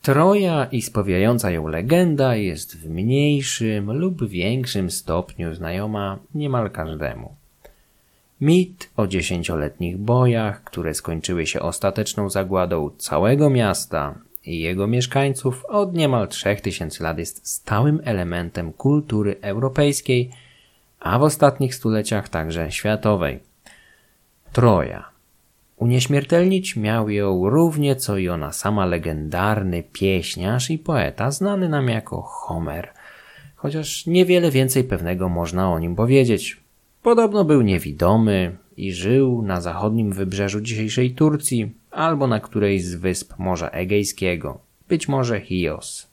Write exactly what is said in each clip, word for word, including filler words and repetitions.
Troja i spowijająca ją legenda jest w mniejszym lub większym stopniu znajoma niemal każdemu. Mit o dziesięcioletnich bojach, które skończyły się ostateczną zagładą całego miasta i jego mieszkańców, od niemal trzech tysięcy lat jest stałym elementem kultury europejskiej, a w ostatnich stuleciach także światowej. Troja. Unieśmiertelnić miał ją równie co i ona sama legendarny pieśniarz i poeta znany nam jako Homer, chociaż niewiele więcej pewnego można o nim powiedzieć. Podobno był niewidomy i żył na zachodnim wybrzeżu dzisiejszej Turcji albo na którejś z wysp Morza Egejskiego, być może Chios.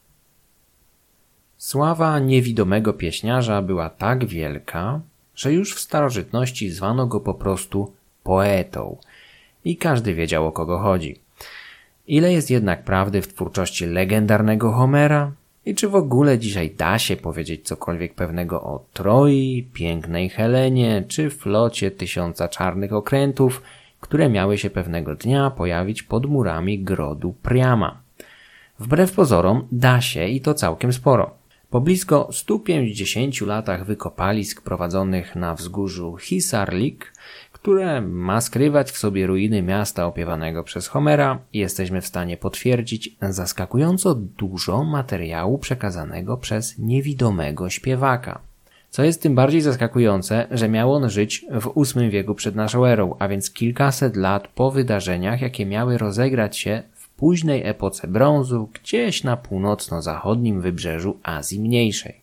Sława niewidomego pieśniarza była tak wielka, że już w starożytności zwano go po prostu poetą i każdy wiedział, o kogo chodzi. Ile jest jednak prawdy w twórczości legendarnego Homera i czy w ogóle dzisiaj da się powiedzieć cokolwiek pewnego o Troi, pięknej Helenie czy flocie tysiąca czarnych okrętów, które miały się pewnego dnia pojawić pod murami grodu Priama. Wbrew pozorom da się i to całkiem sporo. Po blisko stu pięćdziesięciu latach wykopalisk prowadzonych na wzgórzu Hisarlik, które ma skrywać w sobie ruiny miasta opiewanego przez Homera, jesteśmy w stanie potwierdzić zaskakująco dużo materiału przekazanego przez niewidomego śpiewaka. Co jest tym bardziej zaskakujące, że miał on żyć w ósmym wieku przed naszą erą, a więc kilkaset lat po wydarzeniach, jakie miały rozegrać się w późnej epoce brązu gdzieś na północno-zachodnim wybrzeżu Azji Mniejszej.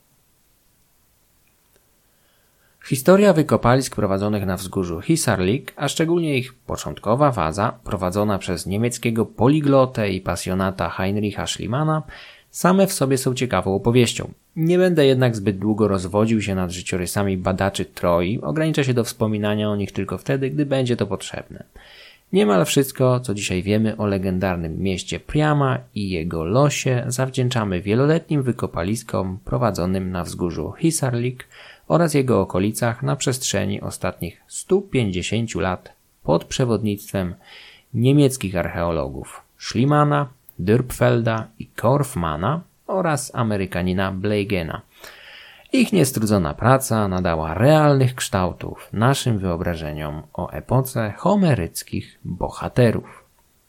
Historia wykopalisk prowadzonych na wzgórzu Hisarlik, a szczególnie ich początkowa faza, prowadzona przez niemieckiego poliglotę i pasjonata Heinricha Schliemana, same w sobie są ciekawą opowieścią. Nie będę jednak zbyt długo rozwodził się nad życiorysami badaczy Troi, ograniczę się do wspominania o nich tylko wtedy, gdy będzie to potrzebne. Niemal wszystko, co dzisiaj wiemy o legendarnym mieście Priama i jego losie, zawdzięczamy wieloletnim wykopaliskom prowadzonym na wzgórzu Hisarlik oraz jego okolicach na przestrzeni ostatnich stu pięćdziesięciu lat pod przewodnictwem niemieckich archeologów Schliemana, Dürpfelda i Korfmana oraz Amerykanina Bleigena. Ich niestrudzona praca nadała realnych kształtów naszym wyobrażeniom o epoce homeryckich bohaterów.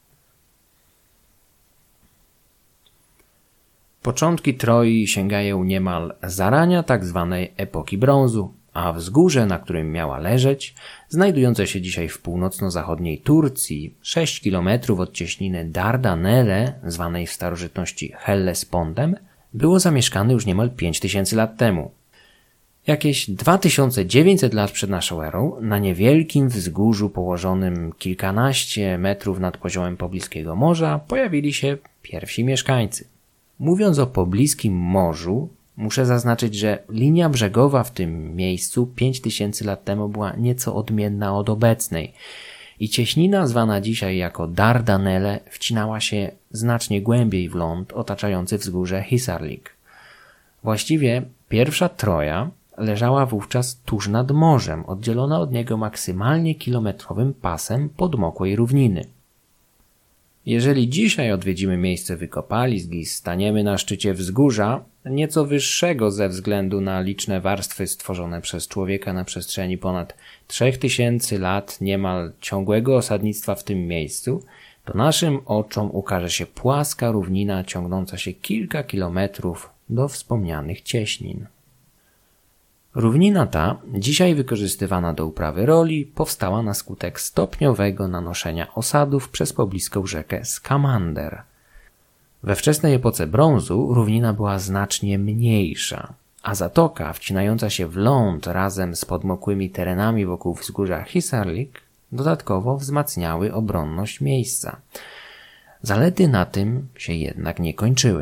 Początki Troi sięgają niemal zarania tzw. epoki brązu, a wzgórze, na którym miała leżeć, znajdujące się dzisiaj w północno-zachodniej Turcji, sześć kilometrów od cieśniny Dardanelle, zwanej w starożytności Hellespondem, było zamieszkane już niemal pięć tysięcy lat temu. Jakieś dwa tysiące dziewięćset lat przed naszą erą, na niewielkim wzgórzu położonym kilkanaście metrów nad poziomem pobliskiego morza, pojawili się pierwsi mieszkańcy. Mówiąc o pobliskim morzu, muszę zaznaczyć, że linia brzegowa w tym miejscu pięć tysięcy lat temu była nieco odmienna od obecnej i cieśnina zwana dzisiaj jako Dardanelle wcinała się znacznie głębiej w ląd otaczający wzgórze Hisarlik. Właściwie pierwsza Troja leżała wówczas tuż nad morzem, oddzielona od niego maksymalnie kilometrowym pasem podmokłej równiny. Jeżeli dzisiaj odwiedzimy miejsce wykopalisk i staniemy na szczycie wzgórza, nieco wyższego ze względu na liczne warstwy stworzone przez człowieka na przestrzeni ponad trzech tysięcy lat niemal ciągłego osadnictwa w tym miejscu, to naszym oczom ukaże się płaska równina ciągnąca się kilka kilometrów do wspomnianych cieśnin. Równina ta, dzisiaj wykorzystywana do uprawy roli, powstała na skutek stopniowego nanoszenia osadów przez pobliską rzekę Skamander. We wczesnej epoce brązu równina była znacznie mniejsza, a zatoka wcinająca się w ląd razem z podmokłymi terenami wokół wzgórza Hisarlik dodatkowo wzmacniały obronność miejsca. Zalety na tym się jednak nie kończyły.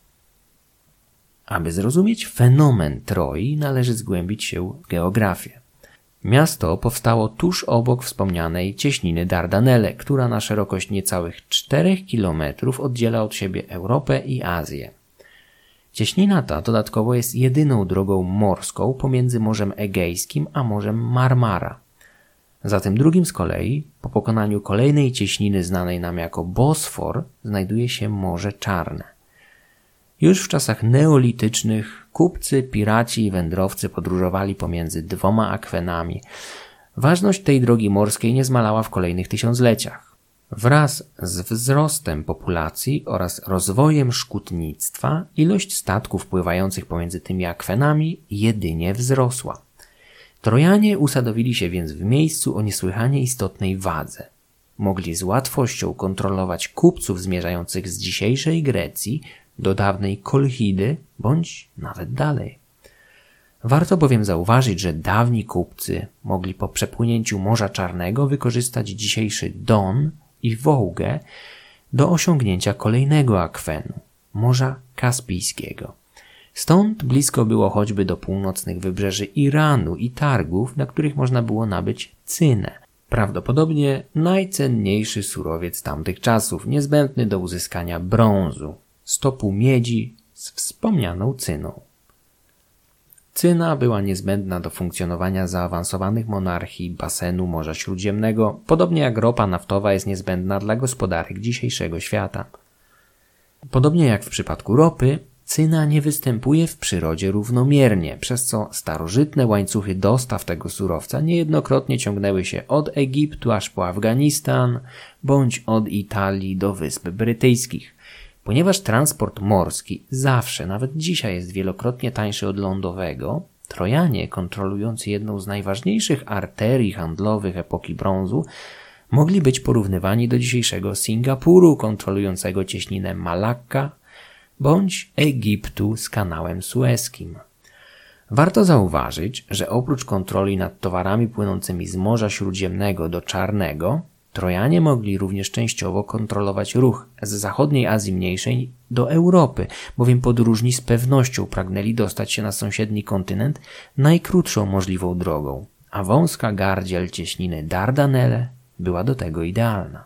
Aby zrozumieć fenomen Troi, należy zgłębić się w geografię. Miasto powstało tuż obok wspomnianej cieśniny Dardanelle, która na szerokość niecałych czterech kilometrów oddziela od siebie Europę i Azję. Cieśnina ta dodatkowo jest jedyną drogą morską pomiędzy Morzem Egejskim a Morzem Marmara. Za tym drugim z kolei, po pokonaniu kolejnej cieśniny znanej nam jako Bosfor, znajduje się Morze Czarne. Już w czasach neolitycznych kupcy, piraci i wędrowcy podróżowali pomiędzy dwoma akwenami. Ważność tej drogi morskiej nie zmalała w kolejnych tysiącleciach. Wraz z wzrostem populacji oraz rozwojem szkutnictwa ilość statków pływających pomiędzy tymi akwenami jedynie wzrosła. Trojanie usadowili się więc w miejscu o niesłychanie istotnej wadze. Mogli z łatwością kontrolować kupców zmierzających z dzisiejszej Grecji do dawnej Kolchidy bądź nawet dalej. Warto bowiem zauważyć, że dawni kupcy mogli po przepłynięciu Morza Czarnego wykorzystać dzisiejszy Don i Wołgę do osiągnięcia kolejnego akwenu, Morza Kaspijskiego. Stąd blisko było choćby do północnych wybrzeży Iranu i targów, na których można było nabyć cynę. Prawdopodobnie najcenniejszy surowiec tamtych czasów, niezbędny do uzyskania brązu, stopu miedzi z wspomnianą cyną. Cyna była niezbędna do funkcjonowania zaawansowanych monarchii basenu Morza Śródziemnego, podobnie jak ropa naftowa jest niezbędna dla gospodarek dzisiejszego świata. Podobnie jak w przypadku ropy, cyna nie występuje w przyrodzie równomiernie, przez co starożytne łańcuchy dostaw tego surowca niejednokrotnie ciągnęły się od Egiptu aż po Afganistan, bądź od Italii do Wysp Brytyjskich. Ponieważ transport morski zawsze, nawet dzisiaj, jest wielokrotnie tańszy od lądowego, Trojanie, kontrolujący jedną z najważniejszych arterii handlowych epoki brązu, mogli być porównywani do dzisiejszego Singapuru, kontrolującego cieśninę Malakka, bądź Egiptu z kanałem sueskim. Warto zauważyć, że oprócz kontroli nad towarami płynącymi z Morza Śródziemnego do Czarnego, Trojanie mogli również częściowo kontrolować ruch z zachodniej Azji Mniejszej do Europy, bowiem podróżni z pewnością pragnęli dostać się na sąsiedni kontynent najkrótszą możliwą drogą, a wąska gardziel cieśniny Dardanelle była do tego idealna.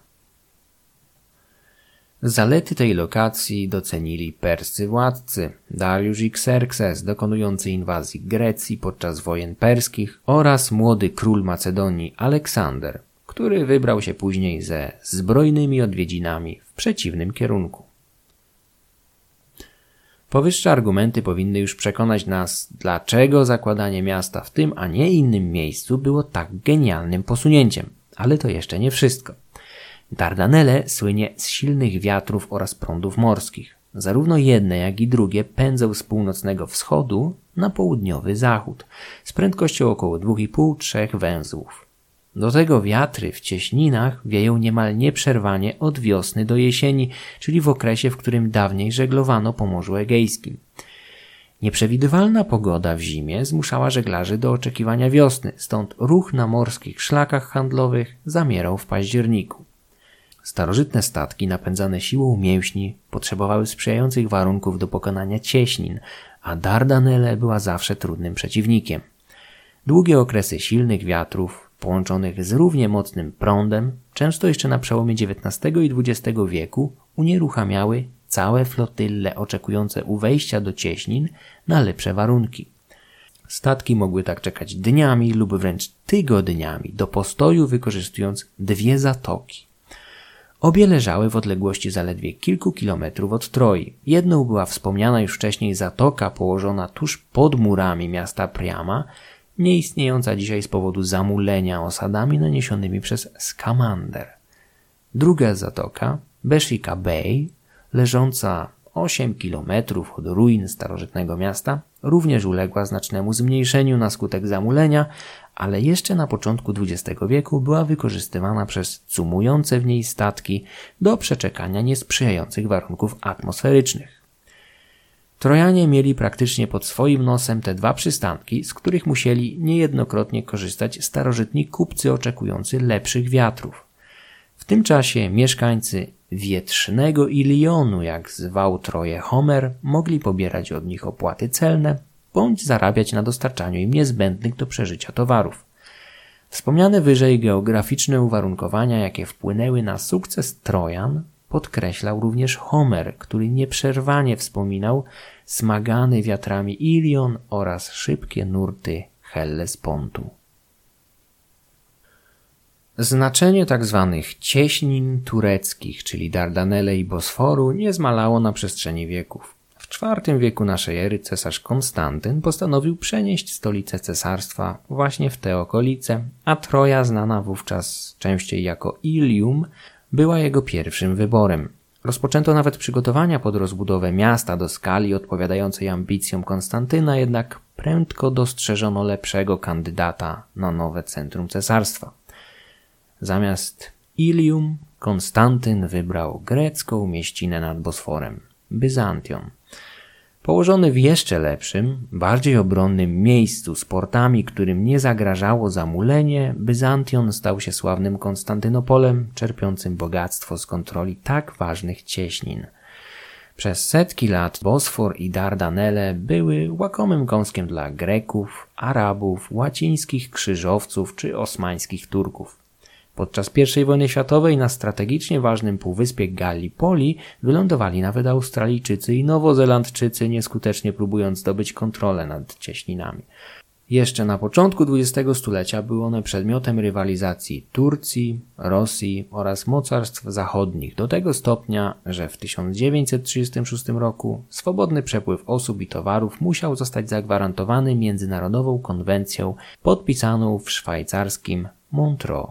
Zalety tej lokacji docenili perscy władcy, Dariusz i Xerxes, dokonujący inwazji Grecji podczas wojen perskich, oraz młody król Macedonii Aleksander, który wybrał się później ze zbrojnymi odwiedzinami w przeciwnym kierunku. Powyższe argumenty powinny już przekonać nas, dlaczego zakładanie miasta w tym, a nie innym miejscu było tak genialnym posunięciem. Ale to jeszcze nie wszystko. Dardanelle słynie z silnych wiatrów oraz prądów morskich. Zarówno jedne, jak i drugie pędzą z północnego wschodu na południowy zachód, z prędkością około dwa i pół do trzech węzłów. Do tego wiatry w cieśninach wieją niemal nieprzerwanie od wiosny do jesieni, czyli w okresie, w którym dawniej żeglowano po Morzu Egejskim. Nieprzewidywalna pogoda w zimie zmuszała żeglarzy do oczekiwania wiosny, stąd ruch na morskich szlakach handlowych zamierał w październiku. Starożytne statki napędzane siłą mięśni potrzebowały sprzyjających warunków do pokonania cieśnin, a Dardanelle była zawsze trudnym przeciwnikiem. Długie okresy silnych wiatrów, połączonych z równie mocnym prądem, często jeszcze na przełomie dziewiętnastego i dwudziestego wieku, unieruchamiały całe flotylle oczekujące u wejścia do cieśnin na lepsze warunki. Statki mogły tak czekać dniami lub wręcz tygodniami do postoju, wykorzystując dwie zatoki. Obie leżały w odległości zaledwie kilku kilometrów od Troi. Jedną była wspomniana już wcześniej zatoka położona tuż pod murami miasta Priama, nieistniejąca dzisiaj z powodu zamulenia osadami naniesionymi przez Skamander. Druga zatoka, Beshika Bay, leżąca osiem kilometrów od ruin starożytnego miasta, również uległa znacznemu zmniejszeniu na skutek zamulenia, ale jeszcze na początku dwudziestego wieku była wykorzystywana przez cumujące w niej statki do przeczekania niesprzyjających warunków atmosferycznych. Trojanie mieli praktycznie pod swoim nosem te dwa przystanki, z których musieli niejednokrotnie korzystać starożytni kupcy oczekujący lepszych wiatrów. W tym czasie mieszkańcy wietrznego Ilionu, jak zwał Troję Homer, mogli pobierać od nich opłaty celne, bądź zarabiać na dostarczaniu im niezbędnych do przeżycia towarów. Wspomniane wyżej geograficzne uwarunkowania, jakie wpłynęły na sukces Trojan, podkreślał również Homer, który nieprzerwanie wspominał smagany wiatrami Ilion oraz szybkie nurty Hellespontu. Znaczenie tzw. cieśnin tureckich, czyli Dardanelle i Bosforu, nie zmalało na przestrzeni wieków. W czwartym wieku naszej ery cesarz Konstantyn postanowił przenieść stolicę cesarstwa właśnie w te okolice, a Troja, znana wówczas częściej jako Ilium, była jego pierwszym wyborem. Rozpoczęto nawet przygotowania pod rozbudowę miasta do skali odpowiadającej ambicjom Konstantyna, jednak prędko dostrzeżono lepszego kandydata na nowe centrum cesarstwa. Zamiast Ilium Konstantyn wybrał grecką mieścinę nad Bosforem, Byzantion. Położony w jeszcze lepszym, bardziej obronnym miejscu z portami, którym nie zagrażało zamulenie, Byzantion stał się sławnym Konstantynopolem, czerpiącym bogactwo z kontroli tak ważnych cieśnin. Przez setki lat Bosfor i Dardanelle były łakomym kąskiem dla Greków, Arabów, łacińskich krzyżowców czy osmańskich Turków. Podczas pierwszej wojny światowej na strategicznie ważnym półwyspie Gallipoli wylądowali nawet Australijczycy i Nowozelandczycy, nieskutecznie próbując zdobyć kontrolę nad cieśninami. Jeszcze na początku dwudziestego stulecia były one przedmiotem rywalizacji Turcji, Rosji oraz mocarstw zachodnich do tego stopnia, że w tysiąc dziewięćset trzydziestym szóstym roku swobodny przepływ osób i towarów musiał zostać zagwarantowany międzynarodową konwencją podpisaną w szwajcarskim Montreux.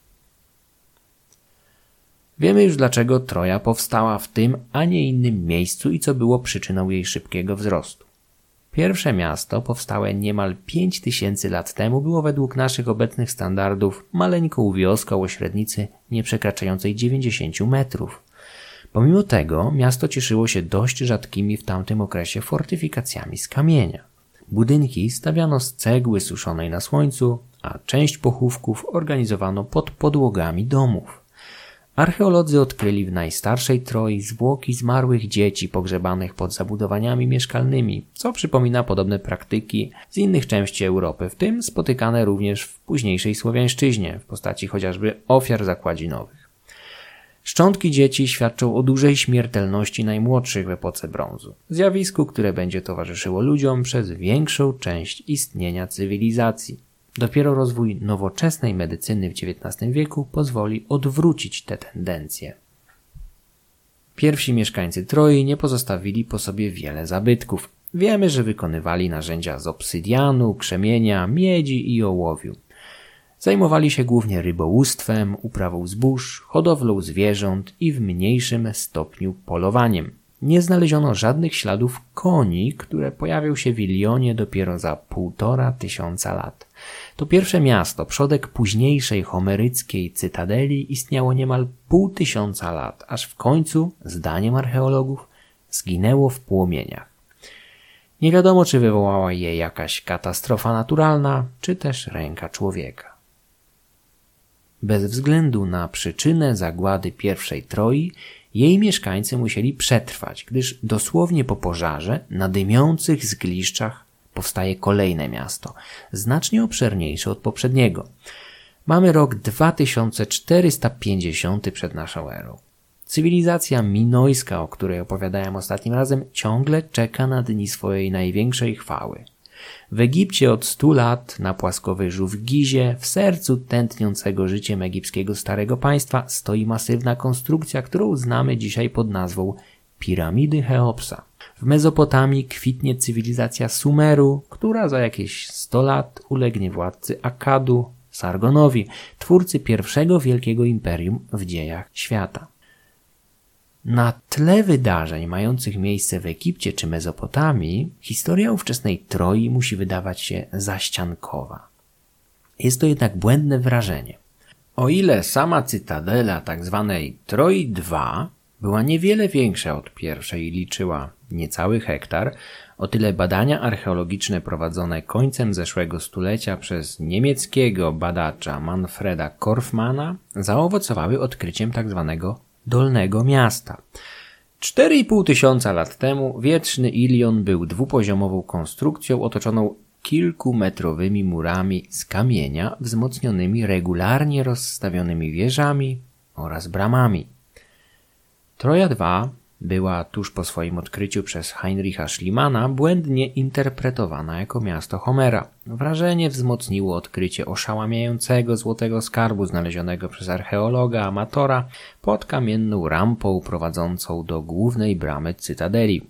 Wiemy już, dlaczego Troja powstała w tym, a nie innym miejscu i co było przyczyną jej szybkiego wzrostu. Pierwsze miasto, powstałe niemal pięć tysięcy lat temu, było według naszych obecnych standardów maleńką wioską o średnicy nieprzekraczającej dziewięćdziesięciu metrów. Pomimo tego miasto cieszyło się dość rzadkimi w tamtym okresie fortyfikacjami z kamienia. Budynki stawiano z cegły suszonej na słońcu, a część pochówków organizowano pod podłogami domów. Archeolodzy odkryli w najstarszej Troi zwłoki zmarłych dzieci pogrzebanych pod zabudowaniami mieszkalnymi, co przypomina podobne praktyki z innych części Europy, w tym spotykane również w późniejszej słowiańszczyźnie w postaci chociażby ofiar zakładzinowych. Szczątki dzieci świadczą o dużej śmiertelności najmłodszych w epoce brązu, zjawisku, które będzie towarzyszyło ludziom przez większą część istnienia cywilizacji. Dopiero rozwój nowoczesnej medycyny w dziewiętnastym wieku pozwoli odwrócić te tendencje. Pierwsi mieszkańcy Troi nie pozostawili po sobie wiele zabytków. Wiemy, że wykonywali narzędzia z obsydianu, krzemienia, miedzi i ołowiu. Zajmowali się głównie rybołówstwem, uprawą zbóż, hodowlą zwierząt i w mniejszym stopniu polowaniem. Nie znaleziono żadnych śladów koni, które pojawią się w Ilionie dopiero za półtora tysiąca lat. To pierwsze miasto, przodek późniejszej homeryckiej cytadeli, istniało niemal pół tysiąca lat, aż w końcu, zdaniem archeologów, zginęło w płomieniach. Nie wiadomo, czy wywołała je jakaś katastrofa naturalna, czy też ręka człowieka. Bez względu na przyczynę zagłady pierwszej Troi, jej mieszkańcy musieli przetrwać, gdyż dosłownie po pożarze na dymiących zgliszczach powstaje kolejne miasto, znacznie obszerniejsze od poprzedniego. Mamy rok dwa tysiące czterysta pięćdziesiąty przed naszą erą. Cywilizacja minojska, o której opowiadałem ostatnim razem, ciągle czeka na dni swojej największej chwały. W Egipcie od stu lat, na płaskowyżu w Gizie, w sercu tętniącego życiem egipskiego starego państwa, stoi masywna konstrukcja, którą znamy dzisiaj pod nazwą Piramidy Cheopsa. W Mezopotamii kwitnie cywilizacja Sumeru, która za jakieś sto lat ulegnie władcy Akkadu, Sargonowi, twórcy pierwszego wielkiego imperium w dziejach świata. Na tle wydarzeń mających miejsce w Egipcie czy Mezopotamii, historia ówczesnej Troi musi wydawać się zaściankowa. Jest to jednak błędne wrażenie. O ile sama cytadela tzw. Troi dwa była niewiele większa od pierwszej i liczyła niecały hektar, o tyle badania archeologiczne prowadzone końcem zeszłego stulecia przez niemieckiego badacza Manfreda Korfmana zaowocowały odkryciem tzw. Dolnego Miasta. Cztery i pół tysiąca lat temu wieczny Ilion był dwupoziomową konstrukcją otoczoną kilkumetrowymi murami z kamienia wzmocnionymi regularnie rozstawionymi wieżami oraz bramami. Troja dwa była tuż po swoim odkryciu przez Heinricha Schliemana błędnie interpretowana jako miasto Homera. Wrażenie wzmocniło odkrycie oszałamiającego złotego skarbu znalezionego przez archeologa amatora pod kamienną rampą prowadzącą do głównej bramy cytadeli.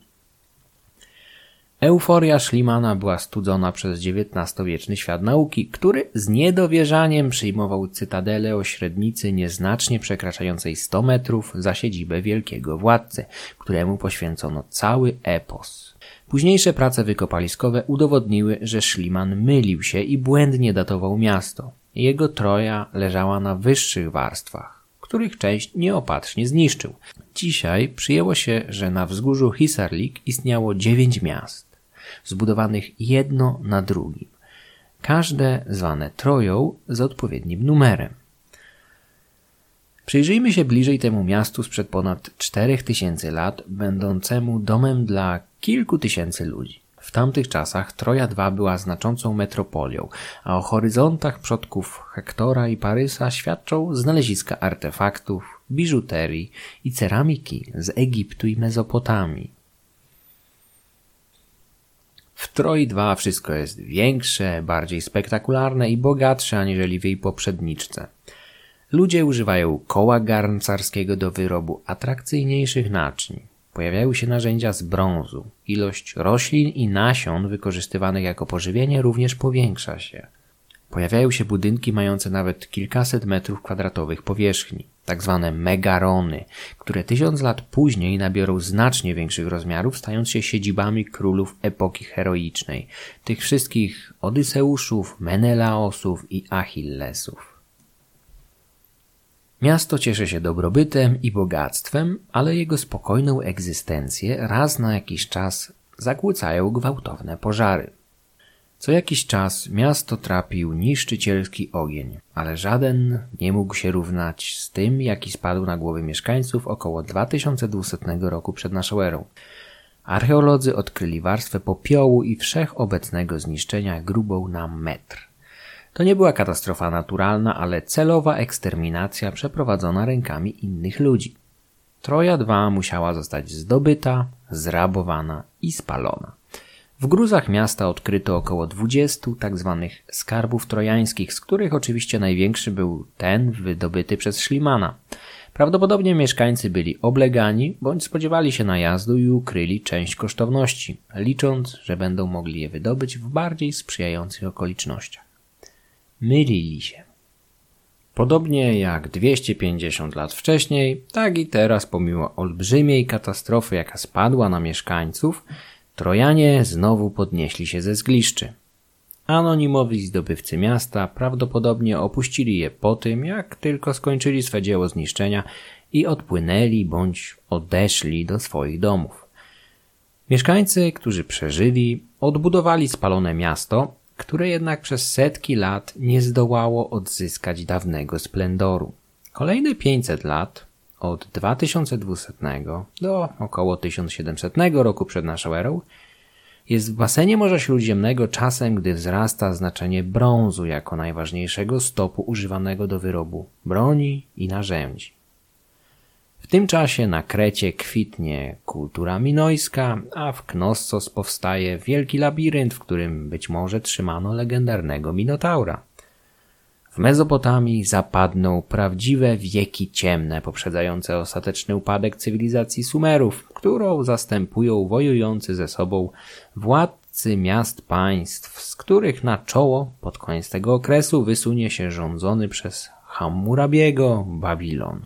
Euforia Schliemana była studzona przez dziewiętnastowieczny świat nauki, który z niedowierzaniem przyjmował cytadelę o średnicy nieznacznie przekraczającej sto metrów za siedzibę wielkiego władcy, któremu poświęcono cały epos. Późniejsze prace wykopaliskowe udowodniły, że Schliemann mylił się i błędnie datował miasto. Jego Troja leżała na wyższych warstwach, których część nieopatrznie zniszczył. Dzisiaj przyjęło się, że na wzgórzu Hisarlik istniało dziewięć miast, zbudowanych jedno na drugim, każde zwane Troją z odpowiednim numerem. Przyjrzyjmy się bliżej temu miastu sprzed ponad czterech tysięcy lat, będącemu domem dla kilku tysięcy ludzi. W tamtych czasach Troja dwa była znaczącą metropolią, a o horyzontach przodków Hektora i Parysa świadczą znaleziska artefaktów, biżuterii i ceramiki z Egiptu i Mezopotamii. W Troi dwa wszystko jest większe, bardziej spektakularne i bogatsze aniżeli w jej poprzedniczce. Ludzie używają koła garncarskiego do wyrobu atrakcyjniejszych naczyń. Pojawiają się narzędzia z brązu. Ilość roślin i nasion wykorzystywanych jako pożywienie również powiększa się. Pojawiają się budynki mające nawet kilkaset metrów kwadratowych powierzchni, tak zwane megarony, które tysiąc lat później nabiorą znacznie większych rozmiarów, stając się siedzibami królów epoki heroicznej, tych wszystkich Odyseuszów, Menelaosów i Achillesów. Miasto cieszy się dobrobytem i bogactwem, ale jego spokojną egzystencję raz na jakiś czas zakłócają gwałtowne pożary. Co jakiś czas miasto trapił niszczycielski ogień, ale żaden nie mógł się równać z tym, jaki spadł na głowy mieszkańców około dwa tysiące dwieście roku przed naszą erą. Archeolodzy odkryli warstwę popiołu i wszechobecnego zniszczenia grubą na metr. To nie była katastrofa naturalna, ale celowa eksterminacja przeprowadzona rękami innych ludzi. Troja dwa musiała zostać zdobyta, zrabowana i spalona. W gruzach miasta odkryto około dwudziestu tzw. skarbów trojańskich, z których oczywiście największy był ten wydobyty przez Schliemana. Prawdopodobnie mieszkańcy byli oblegani bądź spodziewali się najazdu i ukryli część kosztowności, licząc, że będą mogli je wydobyć w bardziej sprzyjających okolicznościach. Mylili się. Podobnie jak dwieście pięćdziesiąt lat wcześniej, tak i teraz pomimo olbrzymiej katastrofy, jaka spadła na mieszkańców, Trojanie znowu podnieśli się ze zgliszczy. Anonimowi zdobywcy miasta prawdopodobnie opuścili je po tym, jak tylko skończyli swe dzieło zniszczenia i odpłynęli bądź odeszli do swoich domów. Mieszkańcy, którzy przeżyli, odbudowali spalone miasto, które jednak przez setki lat nie zdołało odzyskać dawnego splendoru. Kolejne pięćset lat, od dwa tysiące dwusetnego do około tysiąc siedemsetnego roku przed naszą erą, jest w basenie Morza Śródziemnego czasem, gdy wzrasta znaczenie brązu jako najważniejszego stopu używanego do wyrobu broni i narzędzi. W tym czasie na Krecie kwitnie kultura minojska, a w Knossos powstaje wielki labirynt, w którym być może trzymano legendarnego Minotaura. W Mezopotamii zapadną prawdziwe wieki ciemne, poprzedzające ostateczny upadek cywilizacji Sumerów, którą zastępują wojujący ze sobą władcy miast państw, z których na czoło pod koniec tego okresu wysunie się rządzony przez Hammurabiego Babilon.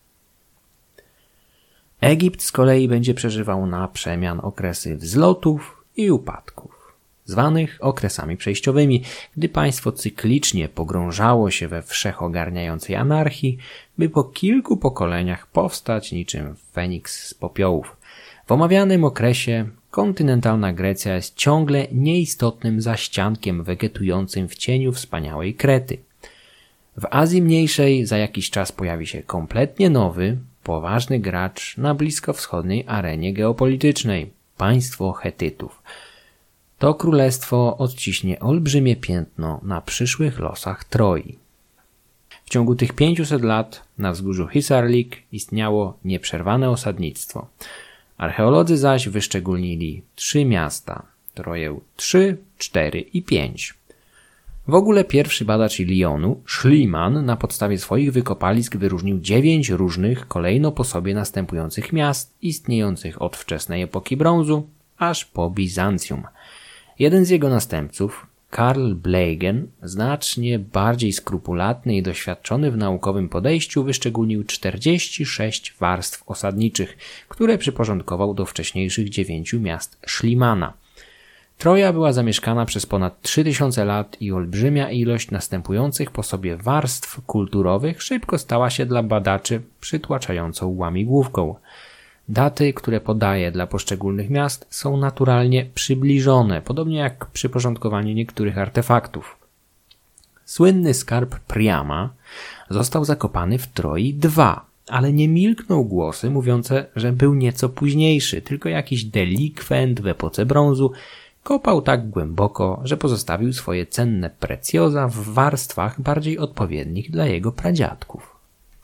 Egipt z kolei będzie przeżywał na przemian okresy wzlotów i upadków, zwanych okresami przejściowymi, gdy państwo cyklicznie pogrążało się we wszechogarniającej anarchii, by po kilku pokoleniach powstać niczym Feniks z popiołów. W omawianym okresie kontynentalna Grecja jest ciągle nieistotnym zaściankiem wegetującym w cieniu wspaniałej Krety. W Azji Mniejszej za jakiś czas pojawi się kompletnie nowy, poważny gracz na bliskowschodniej arenie geopolitycznej – państwo Chetytów. To królestwo odciśnie olbrzymie piętno na przyszłych losach Troi. W ciągu tych pięciuset lat na wzgórzu Hisarlik istniało nieprzerwane osadnictwo. Archeolodzy zaś wyszczególnili trzy miasta, Troję trzy, cztery i pięć. W ogóle pierwszy badacz Ilionu, Schliemann, na podstawie swoich wykopalisk wyróżnił dziewięć różnych, kolejno po sobie następujących miast, istniejących od wczesnej epoki brązu aż po Bizancjum. Jeden z jego następców, Karl Blegen, znacznie bardziej skrupulatny i doświadczony w naukowym podejściu, wyszczególnił czterdzieści sześć warstw osadniczych, które przyporządkował do wcześniejszych dziewięciu miast Schliemanna. Troja była zamieszkana przez ponad trzy tysiące lat i olbrzymia ilość następujących po sobie warstw kulturowych szybko stała się dla badaczy przytłaczającą łamigłówką. Daty, które podaje dla poszczególnych miast, są naturalnie przybliżone, podobnie jak przyporządkowanie niektórych artefaktów. Słynny skarb Priama został zakopany w Troi dwa, ale nie milkną głosy mówiące, że był nieco późniejszy, tylko jakiś delikwent w epoce brązu kopał tak głęboko, że pozostawił swoje cenne precjoza w warstwach bardziej odpowiednich dla jego pradziadków.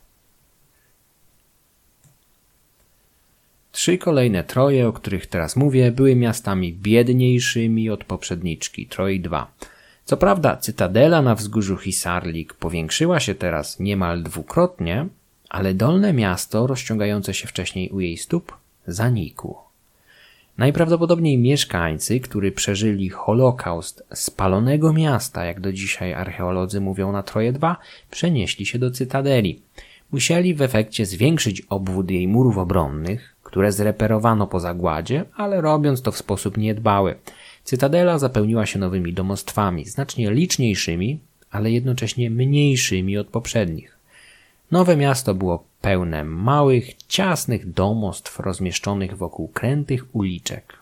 Trzy kolejne Troje, o których teraz mówię, były miastami biedniejszymi od poprzedniczki, Troi dwa. Co prawda cytadela na wzgórzu Hisarlik powiększyła się teraz niemal dwukrotnie, ale dolne miasto, rozciągające się wcześniej u jej stóp, zanikło. Najprawdopodobniej mieszkańcy, którzy przeżyli Holokaust spalonego miasta, jak do dzisiaj archeolodzy mówią na Troje dwa, przenieśli się do cytadeli. Musieli w efekcie zwiększyć obwód jej murów obronnych, które zreperowano po zagładzie, ale robiąc to w sposób niedbały. Cytadela zapełniła się nowymi domostwami, znacznie liczniejszymi, ale jednocześnie mniejszymi od poprzednich. Nowe miasto było pełne małych, ciasnych domostw rozmieszczonych wokół krętych uliczek.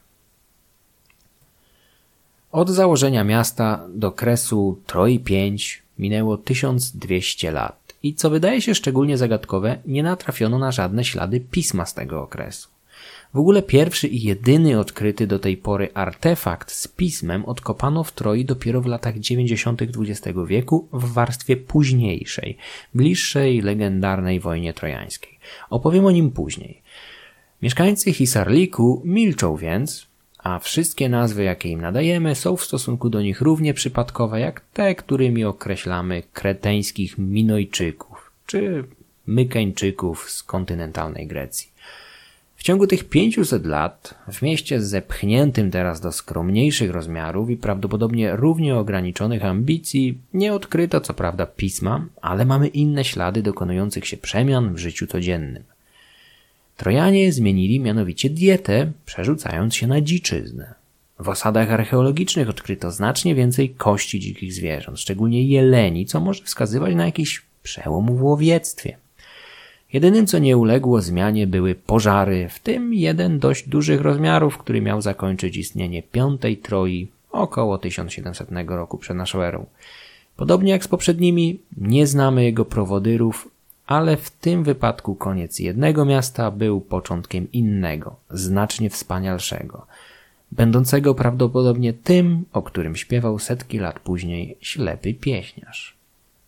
Od założenia miasta do kresu Troi pięć minęło tysiąc dwieście lat i co wydaje się szczególnie zagadkowe, nie natrafiono na żadne ślady pisma z tego okresu. W ogóle pierwszy i jedyny odkryty do tej pory artefakt z pismem odkopano w Troi dopiero w latach dziewięćdziesiątych dwudziestego wieku w warstwie późniejszej, bliższej legendarnej wojnie trojańskiej. Opowiem o nim później. Mieszkańcy Hisarliku milczą więc, a wszystkie nazwy, jakie im nadajemy, są w stosunku do nich równie przypadkowe jak te, którymi określamy kreteńskich Minojczyków czy Mykeńczyków z kontynentalnej Grecji. W ciągu tych pięciuset lat w mieście zepchniętym teraz do skromniejszych rozmiarów i prawdopodobnie równie ograniczonych ambicji nie odkryto co prawda pisma, ale mamy inne ślady dokonujących się przemian w życiu codziennym. Trojanie zmienili mianowicie dietę, przerzucając się na dziczyznę. W osadach archeologicznych odkryto znacznie więcej kości dzikich zwierząt, szczególnie jeleni, co może wskazywać na jakiś przełom w łowiectwie. Jedynym, co nie uległo zmianie, były pożary, w tym jeden dość dużych rozmiarów, który miał zakończyć istnienie piątej Troi około tysiąc siedemsetnego roku przed naszą erą. Podobnie jak z poprzednimi, nie znamy jego prowodyrów, ale w tym wypadku koniec jednego miasta był początkiem innego, znacznie wspanialszego, będącego prawdopodobnie tym, o którym śpiewał setki lat później ślepy pieśniarz.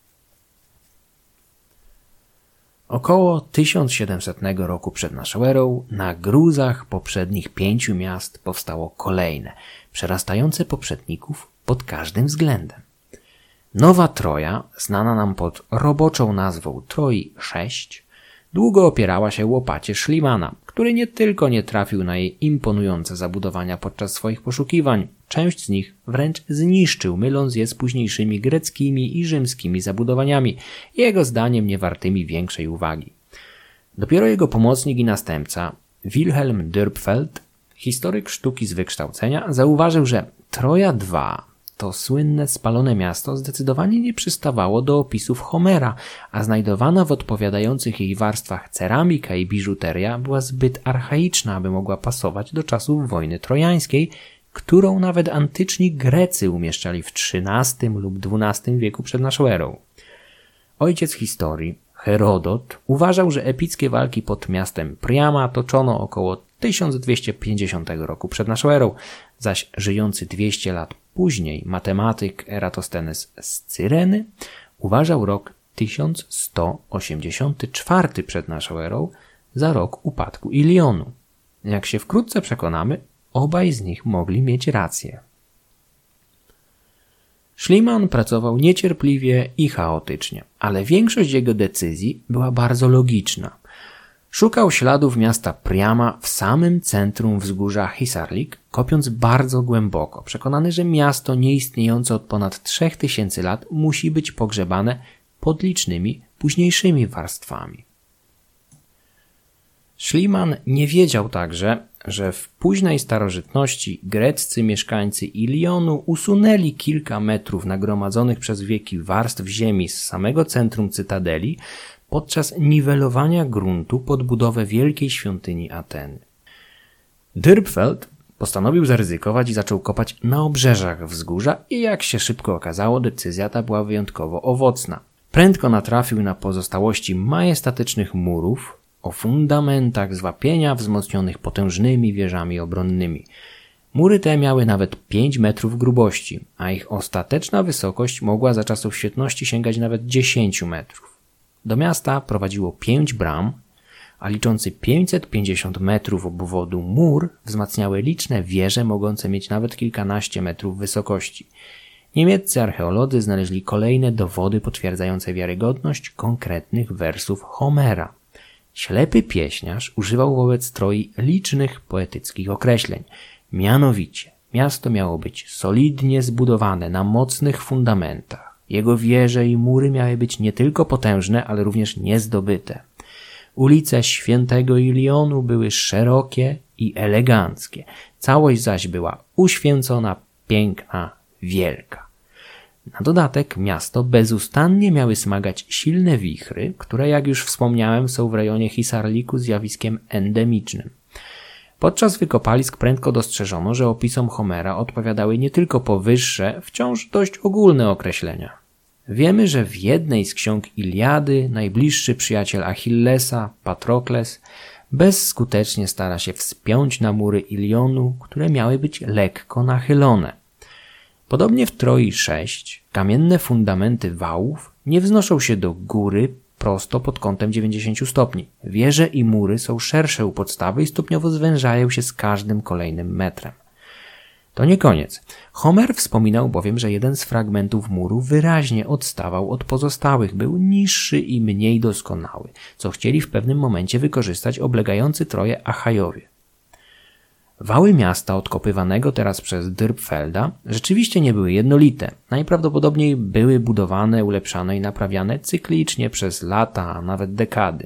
Około tysiąc siedemsetnego roku przed naszą erą na gruzach poprzednich pięciu miast powstało kolejne, przerastające poprzedników pod każdym względem. Nowa Troja, znana nam pod roboczą nazwą Troi sześć, długo opierała się łopacie Schliemanna, który nie tylko nie trafił na jej imponujące zabudowania podczas swoich poszukiwań, część z nich wręcz zniszczył, myląc je z późniejszymi greckimi i rzymskimi zabudowaniami, jego zdaniem niewartymi większej uwagi. Dopiero jego pomocnik i następca, Wilhelm Dürpfeld, historyk sztuki z wykształcenia, zauważył, że Troja dwa, to słynne spalone miasto, zdecydowanie nie przystawało do opisów Homera, a znajdowana w odpowiadających jej warstwach ceramika i biżuteria była zbyt archaiczna, aby mogła pasować do czasów wojny trojańskiej, którą nawet antyczni Grecy umieszczali w trzynastym lub dwunastym wieku przed naszą erą. Ojciec historii, Herodot, uważał, że epickie walki pod miastem Priama toczono około tysiąc dwieście pięćdziesiątego roku przed naszą erą, zaś żyjący dwieście lat później matematyk Eratosthenes z Cyreny uważał rok tysiąc sto osiemdziesiąty czwarty przed naszą erą za rok upadku Ilionu. Jak się wkrótce przekonamy, obaj z nich mogli mieć rację. Schliemann pracował niecierpliwie i chaotycznie, ale większość jego decyzji była bardzo logiczna. Szukał śladów miasta Priama w samym centrum wzgórza Hisarlik, kopiąc bardzo głęboko, przekonany, że miasto nieistniejące od ponad trzech tysięcy lat musi być pogrzebane pod licznymi późniejszymi warstwami. Schliemann nie wiedział także, że w późnej starożytności greccy mieszkańcy Ilionu usunęli kilka metrów nagromadzonych przez wieki warstw ziemi z samego centrum cytadeli podczas niwelowania gruntu pod budowę wielkiej świątyni Ateny. Dürpfeld postanowił zaryzykować i zaczął kopać na obrzeżach wzgórza i jak się szybko okazało, decyzja ta była wyjątkowo owocna. Prędko natrafił na pozostałości majestatycznych murów o fundamentach z wapienia wzmocnionych potężnymi wieżami obronnymi. Mury te miały nawet pięć metrów grubości, a ich ostateczna wysokość mogła za czasów świetności sięgać nawet dziesięć metrów. Do miasta prowadziło pięć bram, a liczący pięćset pięćdziesiąt metrów obwodu mur wzmacniały liczne wieże mogące mieć nawet kilkanaście metrów wysokości. Niemieccy archeolodzy znaleźli kolejne dowody potwierdzające wiarygodność konkretnych wersów Homera. Ślepy pieśniarz używał wobec Troi licznych poetyckich określeń. Mianowicie, miasto miało być solidnie zbudowane na mocnych fundamentach. Jego wieże i mury miały być nie tylko potężne, ale również niezdobyte. Ulice Świętego Ilionu były szerokie i eleganckie. Całość zaś była uświęcona, piękna, wielka. Na dodatek miasto bezustannie miały smagać silne wichry, które, jak już wspomniałem, są w rejonie Hisarliku zjawiskiem endemicznym. Podczas wykopalisk prędko dostrzeżono, że opisom Homera odpowiadały nie tylko powyższe, wciąż dość ogólne określenia. Wiemy, że w jednej z ksiąg Iliady najbliższy przyjaciel Achillesa, Patrokles, bezskutecznie stara się wspiąć na mury Ilionu, które miały być lekko nachylone. Podobnie w Troi sześć kamienne fundamenty wałów nie wznoszą się do góry prosto pod kątem dziewięćdziesiąt stopni. Wieże i mury są szersze u podstawy i stopniowo zwężają się z każdym kolejnym metrem. To nie koniec. Homer wspominał bowiem, że jeden z fragmentów muru wyraźnie odstawał od pozostałych, był niższy i mniej doskonały, co chcieli w pewnym momencie wykorzystać oblegający Troję Achajowie. Wały miasta odkopywanego teraz przez Dürpfelda rzeczywiście nie były jednolite. Najprawdopodobniej były budowane, ulepszane i naprawiane cyklicznie przez lata, a nawet dekady.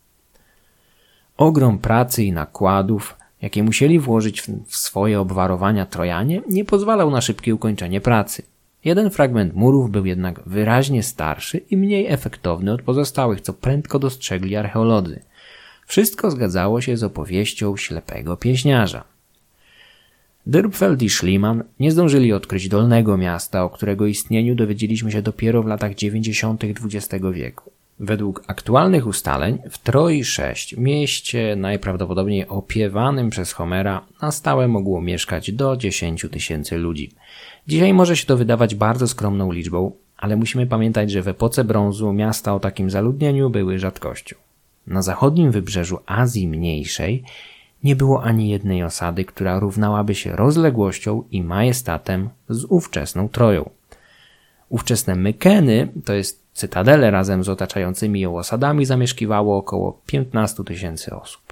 Ogrom pracy i nakładów, jakie musieli włożyć w swoje obwarowania Trojanie, nie pozwalał na szybkie ukończenie pracy. Jeden fragment murów był jednak wyraźnie starszy i mniej efektowny od pozostałych, co prędko dostrzegli archeolodzy. Wszystko zgadzało się z opowieścią ślepego pieśniarza. Dürpfeld i Schliemann nie zdążyli odkryć Dolnego Miasta, o którego istnieniu dowiedzieliśmy się dopiero w latach dziewięćdziesiątych dwudziestego wieku. Według aktualnych ustaleń w Troi sześć, mieście najprawdopodobniej opiewanym przez Homera, na stałe mogło mieszkać do dziesięciu tysięcy ludzi. Dzisiaj może się to wydawać bardzo skromną liczbą, ale musimy pamiętać, że w epoce brązu miasta o takim zaludnieniu były rzadkością. Na zachodnim wybrzeżu Azji Mniejszej nie było ani jednej osady, która równałaby się rozległością i majestatem z ówczesną Troją. Ówczesne Mykeny, to jest cytadele razem z otaczającymi ją osadami, zamieszkiwało około piętnaście tysięcy osób.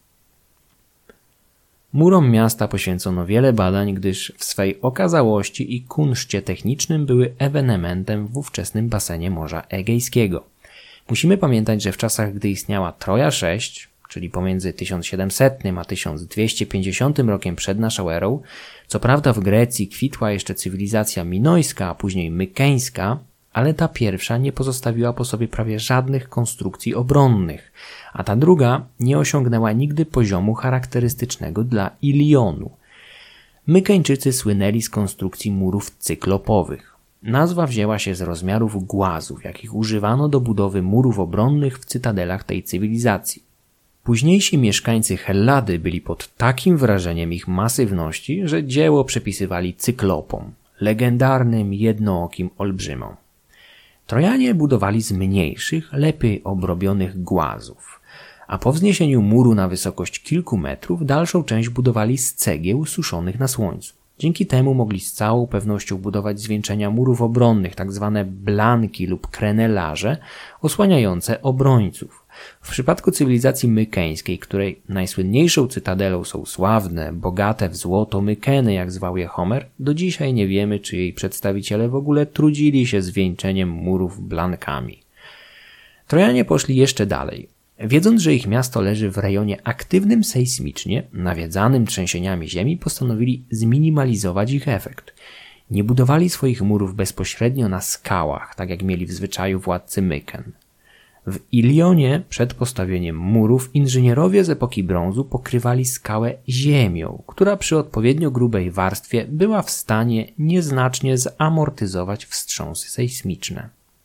Murom miasta poświęcono wiele badań, gdyż w swej okazałości i kunszcie technicznym były ewenementem w ówczesnym basenie Morza Egejskiego. Musimy pamiętać, że w czasach, gdy istniała Troja sześć, czyli pomiędzy tysiąc siedemsetnym a tysiąc dwieście pięćdziesiątym rokiem przed naszą erą, co prawda w Grecji kwitła jeszcze cywilizacja minojska, a później mykeńska, ale ta pierwsza nie pozostawiła po sobie prawie żadnych konstrukcji obronnych, a ta druga nie osiągnęła nigdy poziomu charakterystycznego dla Ilionu. Mykeńczycy słynęli z konstrukcji murów cyklopowych. Nazwa wzięła się z rozmiarów głazów, jakich używano do budowy murów obronnych w cytadelach tej cywilizacji. Późniejsi mieszkańcy Hellady byli pod takim wrażeniem ich masywności, że dzieło przypisywali cyklopom, legendarnym jednookim olbrzymom. Trojanie budowali z mniejszych, lepiej obrobionych głazów, a po wzniesieniu muru na wysokość kilku metrów dalszą część budowali z cegieł suszonych na słońcu. Dzięki temu mogli z całą pewnością budować zwieńczenia murów obronnych, tak zwane blanki lub krenelarze, osłaniające obrońców. W przypadku cywilizacji mykeńskiej, której najsłynniejszą cytadelą są sławne, bogate w złoto Mykeny, jak zwał je Homer, do dzisiaj nie wiemy, czy jej przedstawiciele w ogóle trudzili się zwieńczeniem murów blankami. Trojanie poszli jeszcze dalej. Wiedząc, że ich miasto leży w rejonie aktywnym sejsmicznie, nawiedzanym trzęsieniami ziemi, postanowili zminimalizować ich efekt. Nie budowali swoich murów bezpośrednio na skałach, tak jak mieli w zwyczaju władcy Myken. W Ilionie przed postawieniem murów inżynierowie z epoki brązu pokrywali skałę ziemią, która przy odpowiednio grubej warstwie była w stanie nieznacznie zamortyzować wstrząsy sejsmiczne.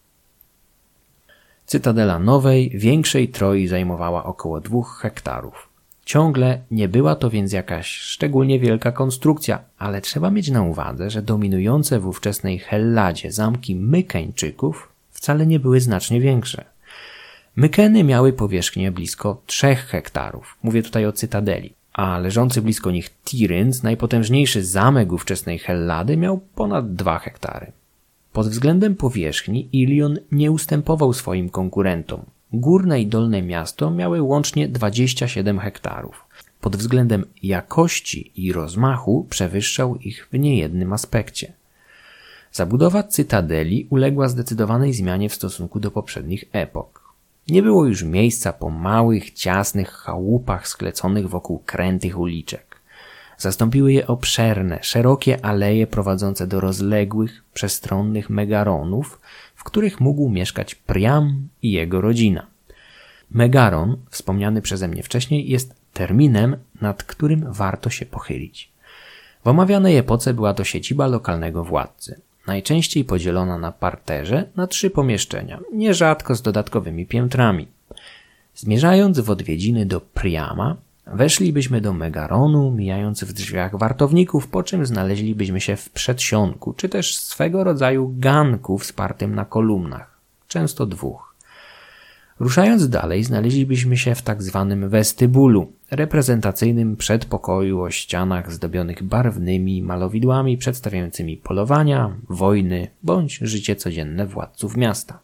Cytadela nowej, większej Troi zajmowała około dwóch hektarów. Ciągle nie była to więc jakaś szczególnie wielka konstrukcja, ale trzeba mieć na uwadze, że dominujące w ówczesnej Helladzie zamki Mykeńczyków wcale nie były znacznie większe. Mykeny miały powierzchnię blisko trzech hektarów, mówię tutaj o cytadeli, a leżący blisko nich Tiryns, najpotężniejszy zamek ówczesnej Hellady, miał ponad dwa hektary. Pod względem powierzchni Ilion nie ustępował swoim konkurentom. Górne i dolne miasto miały łącznie dwadzieścia siedem hektarów. Pod względem jakości i rozmachu przewyższał ich w niejednym aspekcie. Zabudowa cytadeli uległa zdecydowanej zmianie w stosunku do poprzednich epok. Nie było już miejsca po małych, ciasnych chałupach skleconych wokół krętych uliczek. Zastąpiły je obszerne, szerokie aleje prowadzące do rozległych, przestronnych megaronów, w których mógł mieszkać Priam i jego rodzina. Megaron, wspomniany przeze mnie wcześniej, jest terminem, nad którym warto się pochylić. W omawianej epoce była to siedziba lokalnego władcy, najczęściej podzielona na parterze na trzy pomieszczenia, nierzadko z dodatkowymi piętrami. Zmierzając w odwiedziny do Priama, weszlibyśmy do Megaronu, mijając w drzwiach wartowników, po czym znaleźlibyśmy się w przedsionku, czy też swego rodzaju ganku wspartym na kolumnach, często dwóch. Ruszając dalej, znaleźlibyśmy się w tak zwanym westybulu, reprezentacyjnym przedpokoju o ścianach zdobionych barwnymi malowidłami przedstawiającymi polowania, wojny bądź życie codzienne władców miasta.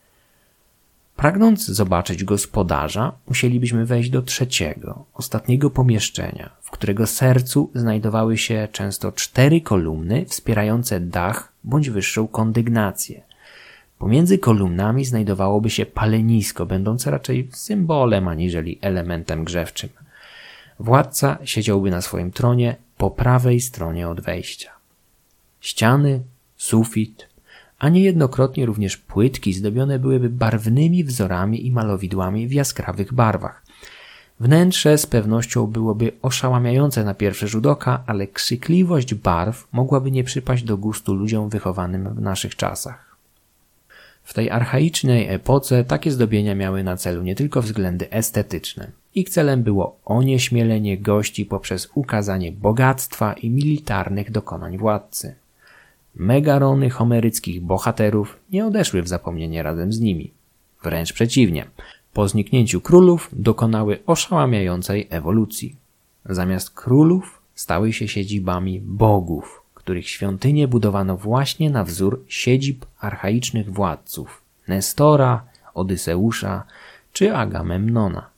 Pragnąc zobaczyć gospodarza, musielibyśmy wejść do trzeciego, ostatniego pomieszczenia, w którego sercu znajdowały się często cztery kolumny wspierające dach bądź wyższą kondygnację. Pomiędzy kolumnami znajdowałoby się palenisko, będące raczej symbolem aniżeli elementem grzewczym. Władca siedziałby na swoim tronie po prawej stronie od wejścia. Ściany, sufit, a niejednokrotnie również płytki zdobione byłyby barwnymi wzorami i malowidłami w jaskrawych barwach. Wnętrze z pewnością byłoby oszałamiające na pierwszy rzut oka, ale krzykliwość barw mogłaby nie przypaść do gustu ludziom wychowanym w naszych czasach. W tej archaicznej epoce takie zdobienia miały na celu nie tylko względy estetyczne. Ich celem było onieśmielenie gości poprzez ukazanie bogactwa i militarnych dokonań władcy. Megarony homeryckich bohaterów nie odeszły w zapomnienie razem z nimi. Wręcz przeciwnie. Po zniknięciu królów dokonały oszałamiającej ewolucji. Zamiast królów stały się siedzibami bogów, których świątynie budowano właśnie na wzór siedzib archaicznych władców Nestora, Odyseusza czy Agamemnona.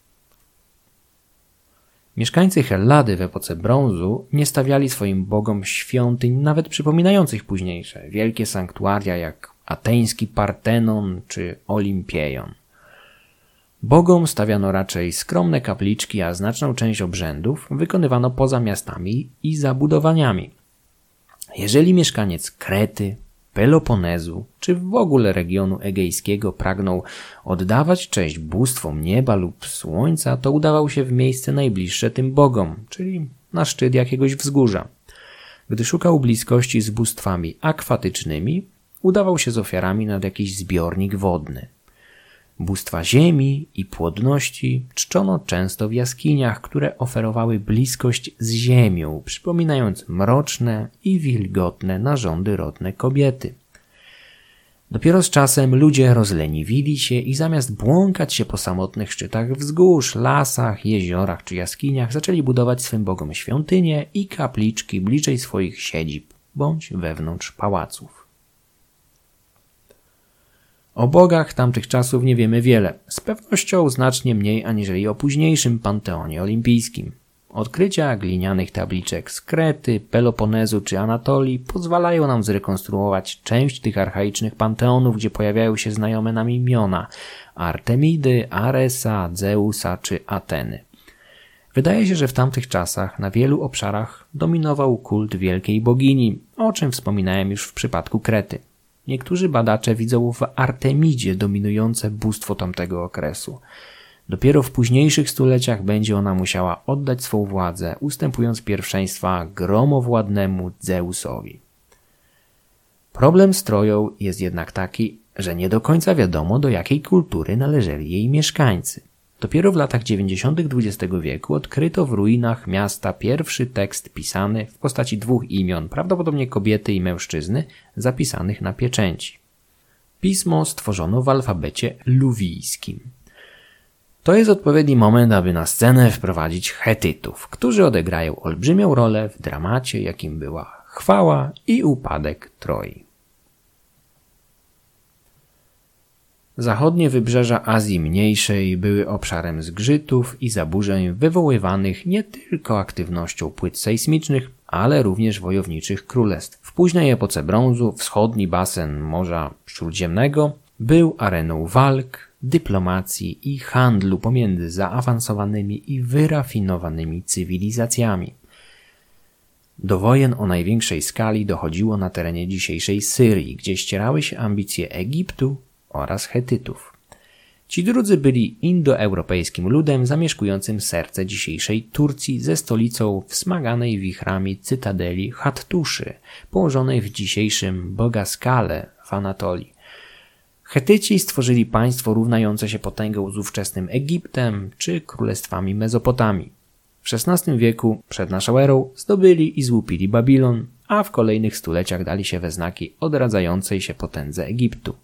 Mieszkańcy Hellady w epoce brązu nie stawiali swoim bogom świątyń nawet przypominających późniejsze, wielkie sanktuaria jak ateński Partenon czy Olimpiejon. Bogom stawiano raczej skromne kapliczki, a znaczną część obrzędów wykonywano poza miastami i zabudowaniami. Jeżeli mieszkaniec Krety, Peloponezu czy w ogóle regionu egejskiego pragnął oddawać cześć bóstwom nieba lub słońca, to udawał się w miejsce najbliższe tym bogom, czyli na szczyt jakiegoś wzgórza. Gdy szukał bliskości z bóstwami akwatycznymi, udawał się z ofiarami nad jakiś zbiornik wodny. Bóstwa ziemi i płodności czczono często w jaskiniach, które oferowały bliskość z ziemią, przypominając mroczne i wilgotne narządy rodne kobiety. Dopiero z czasem ludzie rozleniwili się i zamiast błąkać się po samotnych szczytach wzgórz, lasach, jeziorach czy jaskiniach, zaczęli budować swym bogom świątynie i kapliczki bliżej swoich siedzib bądź wewnątrz pałaców. O bogach tamtych czasów nie wiemy wiele, z pewnością znacznie mniej aniżeli o późniejszym panteonie olimpijskim. Odkrycia glinianych tabliczek z Krety, Peloponezu czy Anatolii pozwalają nam zrekonstruować część tych archaicznych panteonów, gdzie pojawiają się znajome nam imiona Artemidy, Aresa, Zeusa czy Ateny. Wydaje się, że w tamtych czasach na wielu obszarach dominował kult wielkiej bogini, o czym wspominałem już w przypadku Krety. Niektórzy badacze widzą w Artemidzie dominujące bóstwo tamtego okresu. Dopiero w późniejszych stuleciach będzie ona musiała oddać swą władzę, ustępując pierwszeństwa gromowładnemu Zeusowi. Problem z Troją jest jednak taki, że nie do końca wiadomo, do jakiej kultury należeli jej mieszkańcy. Dopiero w latach dziewięćdziesiątych dwudziestego wieku odkryto w ruinach miasta pierwszy tekst pisany w postaci dwóch imion, prawdopodobnie kobiety i mężczyzny, zapisanych na pieczęci. Pismo stworzono w alfabecie luwijskim. To jest odpowiedni moment, aby na scenę wprowadzić Chetytów, którzy odegrają olbrzymią rolę w dramacie, jakim była chwała i upadek Troi. Zachodnie wybrzeża Azji Mniejszej były obszarem zgrzytów i zaburzeń wywoływanych nie tylko aktywnością płyt sejsmicznych, ale również wojowniczych królestw. W późnej epoce brązu wschodni basen Morza Śródziemnego był areną walk, dyplomacji i handlu pomiędzy zaawansowanymi i wyrafinowanymi cywilizacjami. Do wojen o największej skali dochodziło na terenie dzisiejszej Syrii, gdzie ścierały się ambicje Egiptu oraz Chetytów. Ci drudzy byli indoeuropejskim ludem zamieszkującym serce dzisiejszej Turcji ze stolicą wspmaganej wichrami cytadeli Hattuszy, położonej w dzisiejszym Bogaskale w Anatolii. Chetyci stworzyli państwo równające się potęgą z ówczesnym Egiptem czy królestwami Mezopotamii. W szesnastym wieku przed naszą erą zdobyli i złupili Babilon, a w kolejnych stuleciach dali się we znaki odradzającej się potędze Egiptu.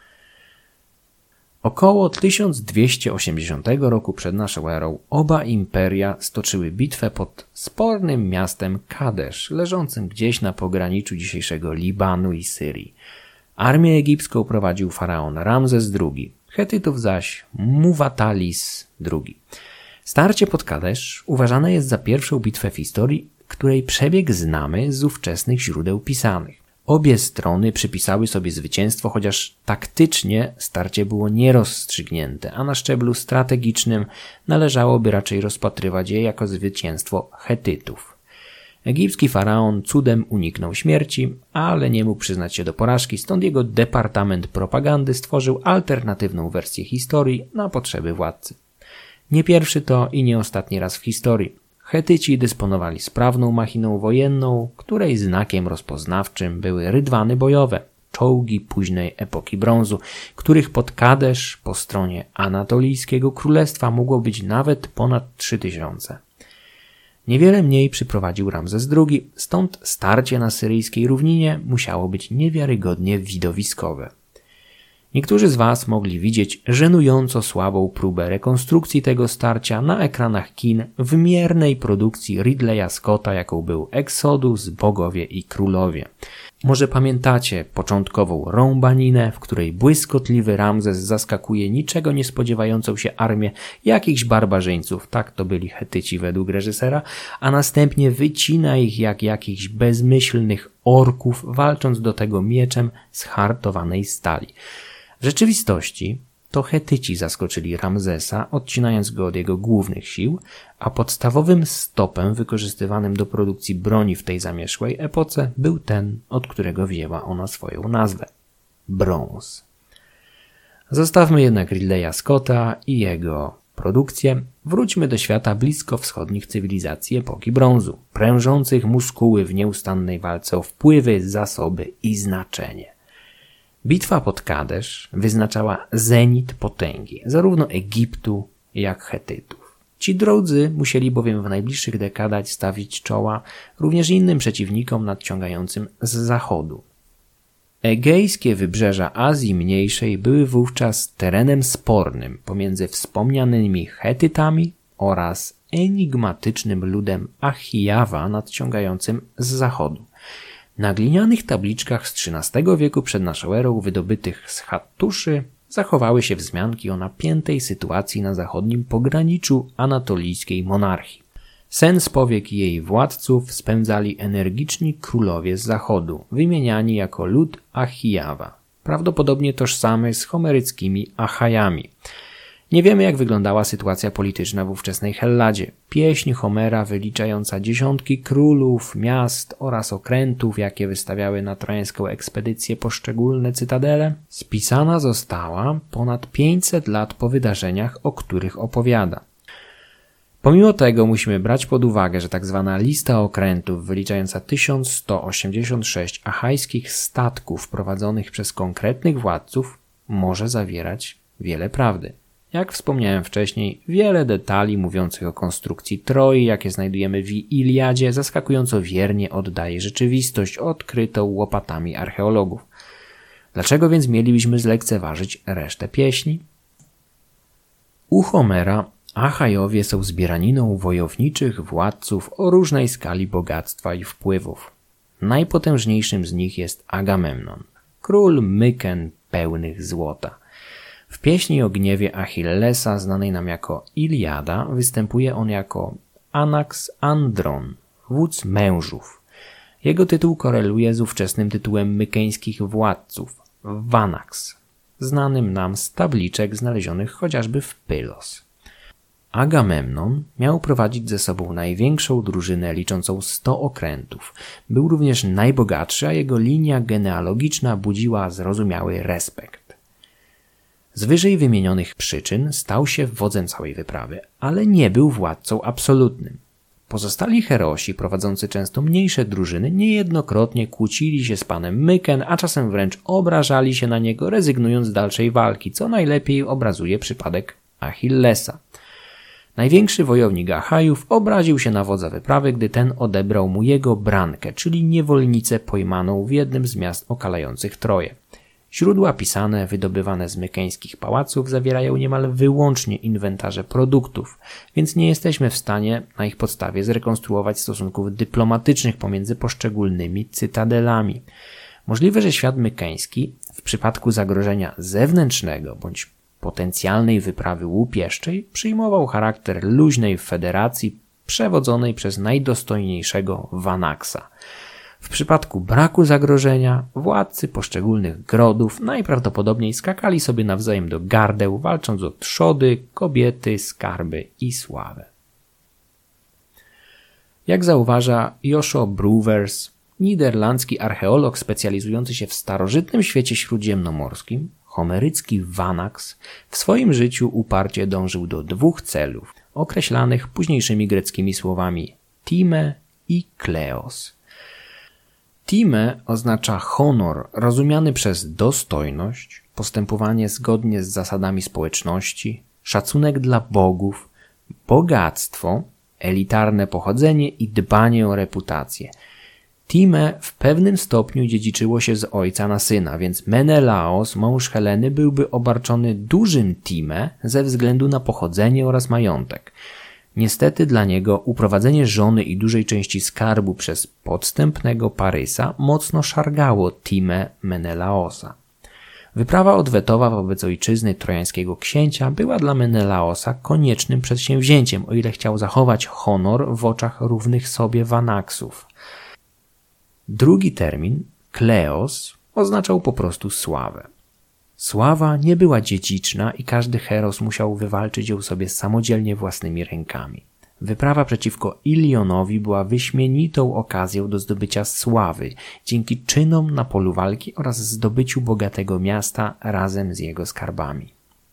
Około tysiąc dwieście osiemdziesiątego roku przed naszą erą oba imperia stoczyły bitwę pod spornym miastem Kadesz, leżącym gdzieś na pograniczu dzisiejszego Libanu i Syrii. Armię egipską prowadził faraon Ramzes drugi, Chetytów zaś Muwatalis drugi. Starcie pod Kadesz uważane jest za pierwszą bitwę w historii, której przebieg znamy z ówczesnych źródeł pisanych. Obie strony przypisały sobie zwycięstwo, chociaż taktycznie starcie było nierozstrzygnięte, a na szczeblu strategicznym należałoby raczej rozpatrywać je jako zwycięstwo Chetytów. Egipski faraon cudem uniknął śmierci, ale nie mógł przyznać się do porażki, stąd jego departament propagandy stworzył alternatywną wersję historii na potrzeby władcy. Nie pierwszy to i nie ostatni raz w historii. Chetyci dysponowali sprawną machiną wojenną, której znakiem rozpoznawczym były rydwany bojowe, czołgi późnej epoki brązu, których pod Kadesz po stronie anatolijskiego królestwa mogło być nawet ponad trzy tysiące. Niewiele mniej przyprowadził Ramzes drugi, stąd starcie na syryjskiej równinie musiało być niewiarygodnie widowiskowe. Niektórzy z Was mogli widzieć żenująco słabą próbę rekonstrukcji tego starcia na ekranach kin w miernej produkcji Ridleya Scotta, jaką był Exodus, Bogowie i Królowie. Może pamiętacie początkową rąbaninę, w której błyskotliwy Ramzes zaskakuje niczego nie spodziewającą się armię jakichś barbarzyńców, tak to byli Chetyci według reżysera, a następnie wycina ich jak jakichś bezmyślnych orków, walcząc do tego mieczem z hartowanej stali. W rzeczywistości to Chetyci zaskoczyli Ramzesa, odcinając go od jego głównych sił, a podstawowym stopem wykorzystywanym do produkcji broni w tej zamierzchłej epoce był ten, od którego wzięła ona swoją nazwę – brąz. Zostawmy jednak Ridleya Scotta i jego produkcję, wróćmy do świata bliskowschodnich cywilizacji epoki brązu, prężących muskuły w nieustannej walce o wpływy, zasoby i znaczenie. Bitwa pod Kadesz wyznaczała zenit potęgi, zarówno Egiptu, jak Chetytów. Ci drudzy musieli bowiem w najbliższych dekadach stawić czoła również innym przeciwnikom nadciągającym z zachodu. Egejskie wybrzeża Azji Mniejszej były wówczas terenem spornym pomiędzy wspomnianymi Chetytami oraz enigmatycznym ludem Achijawa nadciągającym z zachodu. Na glinianych tabliczkach z trzynastego wieku przed naszą erą wydobytych z Hattuszy zachowały się wzmianki o napiętej sytuacji na zachodnim pograniczu anatolijskiej monarchii. Sen z powiek jej władców spędzali energiczni królowie z zachodu, wymieniani jako lud Achijawa, prawdopodobnie tożsamy z homeryckimi Achajami. Nie wiemy, jak wyglądała sytuacja polityczna w ówczesnej Helladzie. Pieśń Homera wyliczająca dziesiątki królów, miast oraz okrętów, jakie wystawiały na trojańską ekspedycję poszczególne cytadele, spisana została ponad pięćset lat po wydarzeniach, o których opowiada. Pomimo tego musimy brać pod uwagę, że tak zwana lista okrętów wyliczająca tysiąc sto osiemdziesiąt sześć achajskich statków prowadzonych przez konkretnych władców może zawierać wiele prawdy. Jak wspomniałem wcześniej, wiele detali mówiących o konstrukcji Troi, jakie znajdujemy w Iliadzie, zaskakująco wiernie oddaje rzeczywistość odkrytą łopatami archeologów. Dlaczego więc mielibyśmy zlekceważyć resztę pieśni? U Homera Achajowie są zbieraniną wojowniczych władców o różnej skali bogactwa i wpływów. Najpotężniejszym z nich jest Agamemnon, król Myken pełnych złota. W pieśni o gniewie Achillesa, znanej nam jako Iliada, występuje on jako Anax Andron, wódz mężów. Jego tytuł koreluje z ówczesnym tytułem mykeńskich władców, Vanax, znanym nam z tabliczek znalezionych chociażby w Pylos. Agamemnon miał prowadzić ze sobą największą drużynę liczącą sto okrętów. Był również najbogatszy, a jego linia genealogiczna budziła zrozumiały respekt. Z wyżej wymienionych przyczyn stał się wodzem całej wyprawy, ale nie był władcą absolutnym. Pozostali herosi, prowadzący często mniejsze drużyny, niejednokrotnie kłócili się z panem Myken, a czasem wręcz obrażali się na niego, rezygnując z dalszej walki, co najlepiej obrazuje przypadek Achillesa. Największy wojownik Achajów obraził się na wodza wyprawy, gdy ten odebrał mu jego brankę, czyli niewolnicę pojmaną w jednym z miast okalających Troję. Źródła pisane, wydobywane z mykeńskich pałaców zawierają niemal wyłącznie inwentarze produktów, więc nie jesteśmy w stanie na ich podstawie zrekonstruować stosunków dyplomatycznych pomiędzy poszczególnymi cytadelami. Możliwe, że świat mykeński w przypadku zagrożenia zewnętrznego bądź potencjalnej wyprawy łupieszczej przyjmował charakter luźnej federacji przewodzonej przez najdostojniejszego Vanaxa. W przypadku braku zagrożenia władcy poszczególnych grodów najprawdopodobniej skakali sobie nawzajem do gardeł, walcząc o trzody, kobiety, skarby i sławę. Jak zauważa Joshua Brouwers, niderlandzki archeolog specjalizujący się w starożytnym świecie śródziemnomorskim, homerycki Vanax w swoim życiu uparcie dążył do dwóch celów, określanych późniejszymi greckimi słowami time i kleos. Time oznacza honor rozumiany przez dostojność, postępowanie zgodnie z zasadami społeczności, szacunek dla bogów, bogactwo, elitarne pochodzenie i dbanie o reputację. Time w pewnym stopniu dziedziczyło się z ojca na syna, więc Menelaos, mąż Heleny, byłby obarczony dużym Time ze względu na pochodzenie oraz majątek. Niestety dla niego uprowadzenie żony i dużej części skarbu przez podstępnego Parysa mocno szargało Time Menelaosa. Wyprawa odwetowa wobec ojczyzny trojańskiego księcia była dla Menelaosa koniecznym przedsięwzięciem, o ile chciał zachować honor w oczach równych sobie Vanaxów. Drugi termin, kleos, oznaczał po prostu sławę. Sława nie była dziedziczna i każdy heros musiał wywalczyć ją sobie samodzielnie własnymi rękami. Wyprawa przeciwko Ilionowi była wyśmienitą okazją do zdobycia sławy dzięki czynom na polu walki oraz zdobyciu bogatego miasta razem z jego skarbami.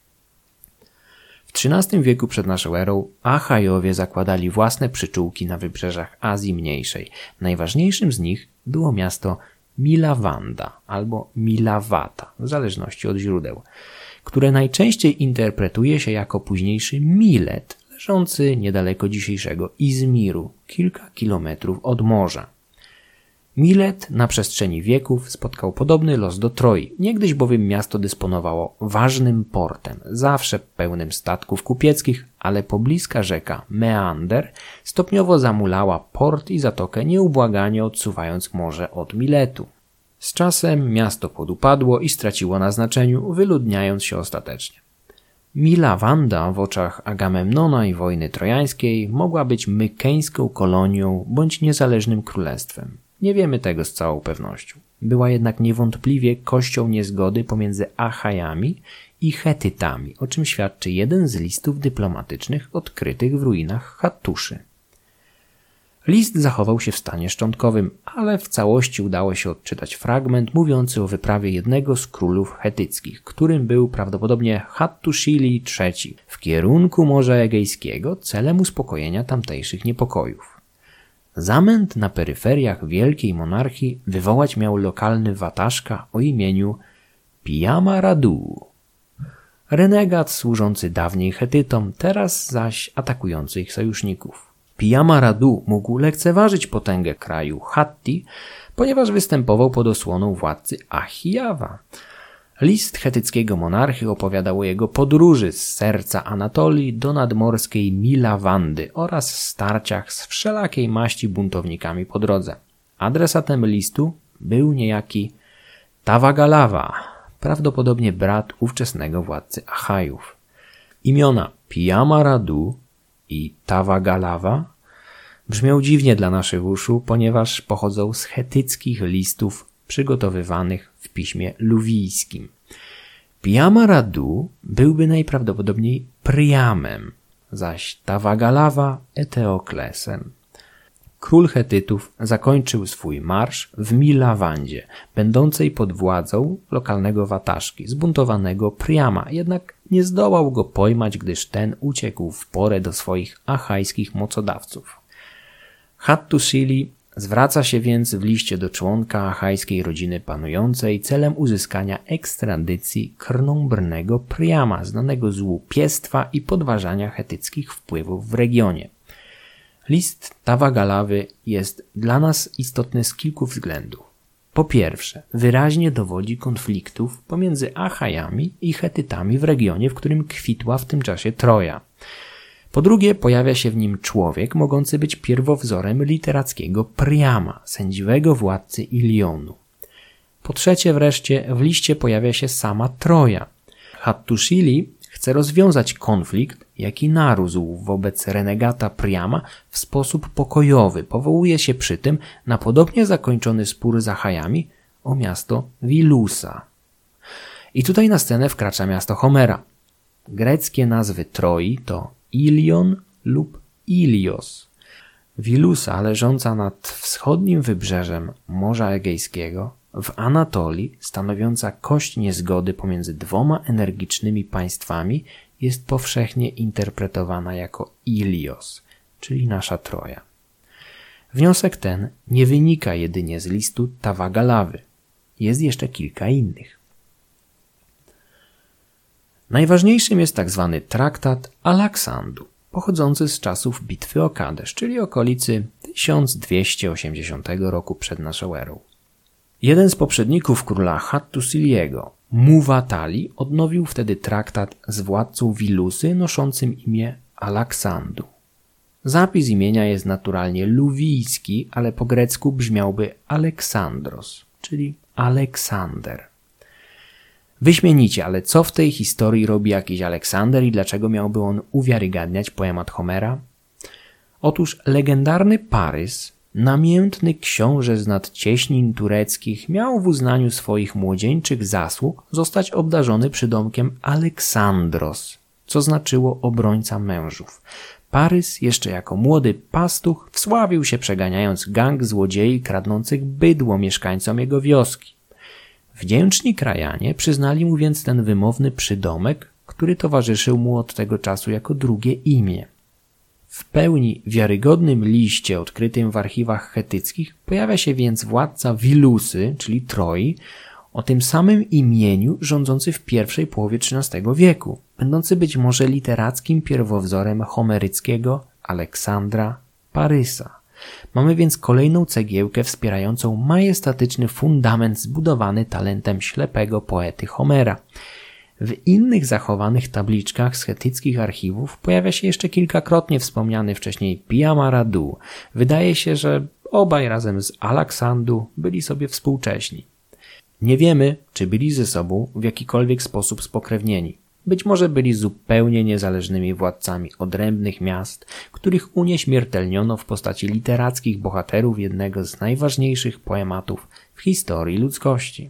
W trzynastym wieku przed naszą erą Achajowie zakładali własne przyczółki na wybrzeżach Azji Mniejszej. Najważniejszym z nich było miasto Milawanda albo Milawata, w zależności od źródeł, które najczęściej interpretuje się jako późniejszy Milet, leżący niedaleko dzisiejszego Izmiru, kilka kilometrów od morza. Milet na przestrzeni wieków spotkał podobny los do Troi. Niegdyś bowiem miasto dysponowało ważnym portem, zawsze pełnym statków kupieckich, ale pobliska rzeka Meander stopniowo zamulała port i zatokę, nieubłaganie odsuwając morze od Miletu. Z czasem miasto podupadło i straciło na znaczeniu, wyludniając się ostatecznie. Milawanda w oczach Agamemnona i wojny trojańskiej mogła być mykeńską kolonią bądź niezależnym królestwem. Nie wiemy tego z całą pewnością. Była jednak niewątpliwie kością niezgody pomiędzy Achajami i Chetytami, o czym świadczy jeden z listów dyplomatycznych odkrytych w ruinach Hattuszy. List zachował się w stanie szczątkowym, ale w całości udało się odczytać fragment mówiący o wyprawie jednego z królów chetyckich, którym był prawdopodobnie Hattushili trzeci, w kierunku Morza Egejskiego celem uspokojenia tamtejszych niepokojów. Zamęt na peryferiach wielkiej monarchii wywołać miał lokalny wataszka o imieniu Piyama-Radu. Renegat służący dawniej Chetytom, teraz zaś atakujący ich sojuszników. Piyama-Radu mógł lekceważyć potęgę kraju Hatti, ponieważ występował pod osłoną władcy Achijawa. List chetyckiego monarchy opowiadał o jego podróży z serca Anatolii do nadmorskiej Milawandy oraz starciach z wszelakiej maści buntownikami po drodze. Adresatem listu był niejaki Tawagalawa, prawdopodobnie brat ówczesnego władcy Achajów. Imiona Piyama-Radu i Tawagalawa brzmią dziwnie dla naszych uszu, ponieważ pochodzą z chetyckich listów przygotowywanych w piśmie luwijskim. Piyama-Radu byłby najprawdopodobniej Priamem, zaś Tawagalawa Eteoklesem. Król Chetytów zakończył swój marsz w Milawandzie, będącej pod władzą lokalnego wataszki, zbuntowanego Priama, jednak nie zdołał go pojmać, gdyż ten uciekł w porę do swoich achajskich mocodawców. Hattushili zwraca się więc w liście do członka achajskiej rodziny panującej celem uzyskania ekstradycji krnąbrnego Priama, znanego z łupiestwa i podważania chetyckich wpływów w regionie. List Tawagalawy jest dla nas istotny z kilku względów. Po pierwsze, wyraźnie dowodzi konfliktów pomiędzy Achajami i Chetytami w regionie, w którym kwitła w tym czasie Troja. Po drugie, pojawia się w nim człowiek mogący być pierwowzorem literackiego Priama, sędziwego władcy Ilionu. Po trzecie wreszcie, w liście pojawia się sama Troja. Hattushili chce rozwiązać konflikt, jaki narósł wobec renegata Priama w sposób pokojowy. Powołuje się przy tym na podobnie zakończony spór z Achajami o miasto Wilusa. I tutaj na scenę wkracza miasto Homera. Greckie nazwy Troi to Ilion lub Ilios. Wilusa, leżąca nad wschodnim wybrzeżem Morza Egejskiego, w Anatolii, stanowiąca kość niezgody pomiędzy dwoma energicznymi państwami, jest powszechnie interpretowana jako Ilios, czyli nasza Troja. Wniosek ten nie wynika jedynie z listu Tawagalawy. Jest jeszcze kilka innych. Najważniejszym jest tzw. traktat Alaksandu, pochodzący z czasów bitwy o Kadesz, czyli okolicy tysiąc dwieście osiemdziesiątego roku przed naszą erą. Jeden z poprzedników króla Hattusiliego, Muwatali, odnowił wtedy traktat z władcą Wilusy noszącym imię Alaksandu. Zapis imienia jest naturalnie luwijski, ale po grecku brzmiałby Aleksandros, czyli Aleksander. Wyśmienicie, ale co w tej historii robi jakiś Aleksander i dlaczego miałby on uwiarygadniać poemat Homera? Otóż legendarny Parys, namiętny książę z nadcieśnin tureckich, miał w uznaniu swoich młodzieńczych zasług zostać obdarzony przydomkiem Aleksandros, co znaczyło obrońca mężów. Parys jeszcze jako młody pastuch wsławił się przeganiając gang złodziei kradnących bydło mieszkańcom jego wioski. Wdzięczni krajanie przyznali mu więc ten wymowny przydomek, który towarzyszył mu od tego czasu jako drugie imię. W pełni wiarygodnym liście odkrytym w archiwach chetyckich pojawia się więc władca Wilusy, czyli Troi, o tym samym imieniu rządzący w pierwszej połowie trzynastego wieku, będący być może literackim pierwowzorem homeryckiego Aleksandra Parysa. Mamy więc kolejną cegiełkę wspierającą majestatyczny fundament zbudowany talentem ślepego poety Homera. W innych zachowanych tabliczkach z chetyckich archiwów pojawia się jeszcze kilkakrotnie wspomniany wcześniej Pia-Mara-Du. Wydaje się, że obaj razem z Alaksandu byli sobie współcześni. Nie wiemy, czy byli ze sobą w jakikolwiek sposób spokrewnieni. Być może byli zupełnie niezależnymi władcami odrębnych miast, których unieśmiertelniono w postaci literackich bohaterów jednego z najważniejszych poematów w historii ludzkości.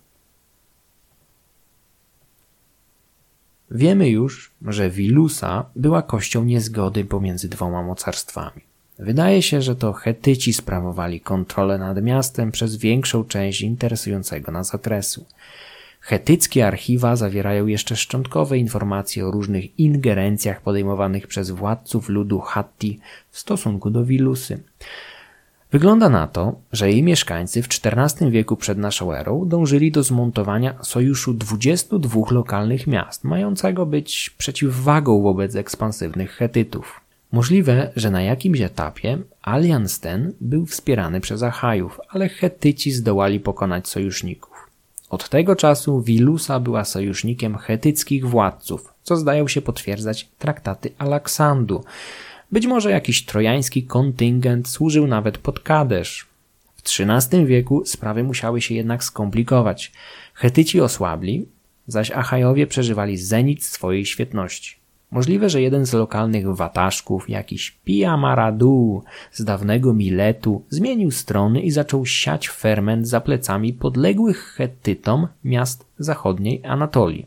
Wiemy już, że Wilusa była kością niezgody pomiędzy dwoma mocarstwami. Wydaje się, że to Chetyci sprawowali kontrolę nad miastem przez większą część interesującego nas okresu. Chetyckie archiwa zawierają jeszcze szczątkowe informacje o różnych ingerencjach podejmowanych przez władców ludu Hatti w stosunku do Wilusy. Wygląda na to, że jej mieszkańcy w czternastym wieku przed naszą erą dążyli do zmontowania sojuszu dwudziestu dwóch lokalnych miast, mającego być przeciwwagą wobec ekspansywnych Chetytów. Możliwe, że na jakimś etapie alians ten był wspierany przez Achajów, ale Chetyci zdołali pokonać sojuszników. Od tego czasu Wilusa była sojusznikiem chetyckich władców, co zdają się potwierdzać traktaty Alaksandu. Być może jakiś trojański kontyngent służył nawet pod Kadesz. W trzynastym wieku sprawy musiały się jednak skomplikować. Chetyci osłabli, zaś Achajowie przeżywali zenit swojej świetności. Możliwe, że jeden z lokalnych wataszków, jakiś Pia-Mara-Du z dawnego Miletu, zmienił strony i zaczął siać ferment za plecami podległych Chetytom miast zachodniej Anatolii.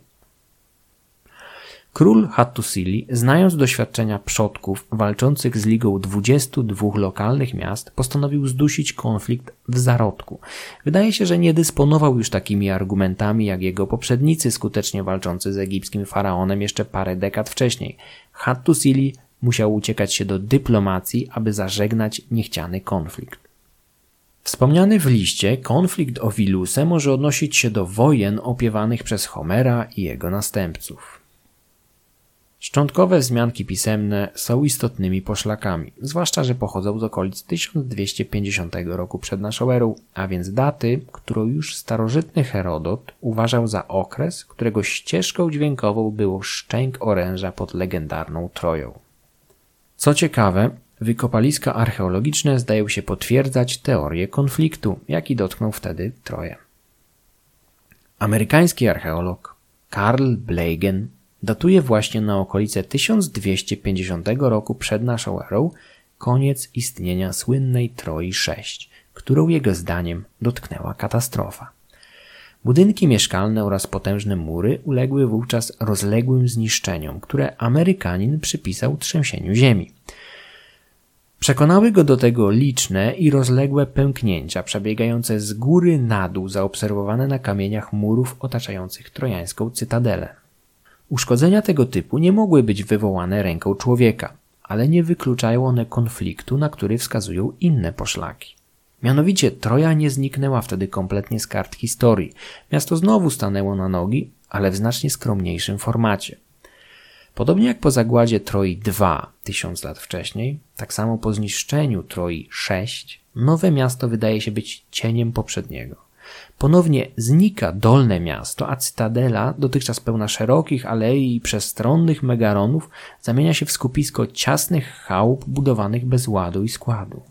Król Hattusili, znając doświadczenia przodków walczących z ligą dwudziestu dwóch lokalnych miast, postanowił zdusić konflikt w zarodku. Wydaje się, że nie dysponował już takimi argumentami jak jego poprzednicy skutecznie walczący z egipskim faraonem jeszcze parę dekad wcześniej. Hattusili musiał uciekać się do dyplomacji, aby zażegnać niechciany konflikt. Wspomniany w liście konflikt o Wilusę może odnosić się do wojen opiewanych przez Homera i jego następców. Szczątkowe wzmianki pisemne są istotnymi poszlakami, zwłaszcza, że pochodzą z okolic tysiąc dwieście pięćdziesiątego roku przed naszą erą, a więc daty, którą już starożytny Herodot uważał za okres, którego ścieżką dźwiękową było szczęk oręża pod legendarną Troją. Co ciekawe, wykopaliska archeologiczne zdają się potwierdzać teorię konfliktu, jaki dotknął wtedy Troję. Amerykański archeolog Carl Blegen datuje właśnie na okolice tysiąc dwieście pięćdziesiątego roku przed naszą erą koniec istnienia słynnej Troi sześć, którą jego zdaniem dotknęła katastrofa. Budynki mieszkalne oraz potężne mury uległy wówczas rozległym zniszczeniom, które Amerykanin przypisał trzęsieniu ziemi. Przekonały go do tego liczne i rozległe pęknięcia przebiegające z góry na dół zaobserwowane na kamieniach murów otaczających trojańską cytadelę. Uszkodzenia tego typu nie mogły być wywołane ręką człowieka, ale nie wykluczają one konfliktu, na który wskazują inne poszlaki. Mianowicie Troja nie zniknęła wtedy kompletnie z kart historii. Miasto znowu stanęło na nogi, ale w znacznie skromniejszym formacie. Podobnie jak po zagładzie Troi dwa tysiąc lat wcześniej, tak samo po zniszczeniu Troi sześć, nowe miasto wydaje się być cieniem poprzedniego. Ponownie znika dolne miasto, a cytadela, dotychczas pełna szerokich alei i przestronnych megaronów, zamienia się w skupisko ciasnych chałup budowanych bez ładu i składu.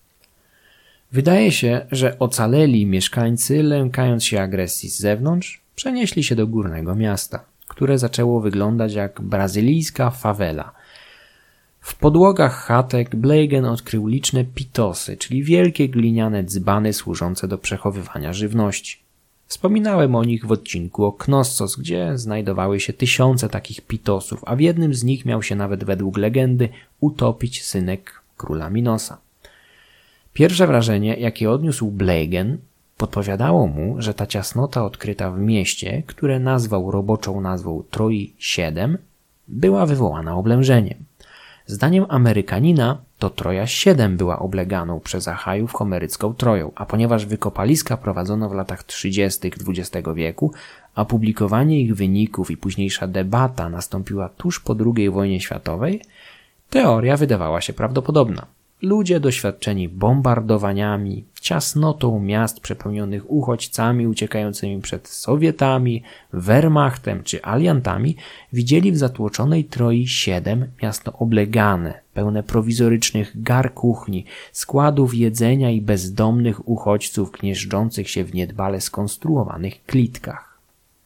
Wydaje się, że ocaleli mieszkańcy, lękając się agresji z zewnątrz, przenieśli się do górnego miasta, które zaczęło wyglądać jak brazylijska fawela. W podłogach chatek Blegen odkrył liczne pitosy, czyli wielkie gliniane dzbany służące do przechowywania żywności. Wspominałem o nich w odcinku o Knossos, gdzie znajdowały się tysiące takich pitosów, a w jednym z nich miał się nawet według legendy utopić synek króla Minosa. Pierwsze wrażenie, jakie odniósł Blegen, podpowiadało mu, że ta ciasnota odkryta w mieście, które nazwał roboczą nazwą Troi siedem, była wywołana oblężeniem. Zdaniem Amerykanina to Troja siedem była obleganą przez Achajów homerycką Troją, a ponieważ wykopaliska prowadzono w latach trzydziestych dwudziestego wieku, a publikowanie ich wyników i późniejsza debata nastąpiła tuż po drugiej wojnie światowej, teoria wydawała się prawdopodobna. Ludzie doświadczeni bombardowaniami, ciasnotą miast przepełnionych uchodźcami uciekającymi przed Sowietami, Wehrmachtem czy aliantami widzieli w zatłoczonej Troi siedem miasto oblegane, pełne prowizorycznych gar kuchni, składów jedzenia i bezdomnych uchodźców gnieżdżących się w niedbale skonstruowanych klitkach.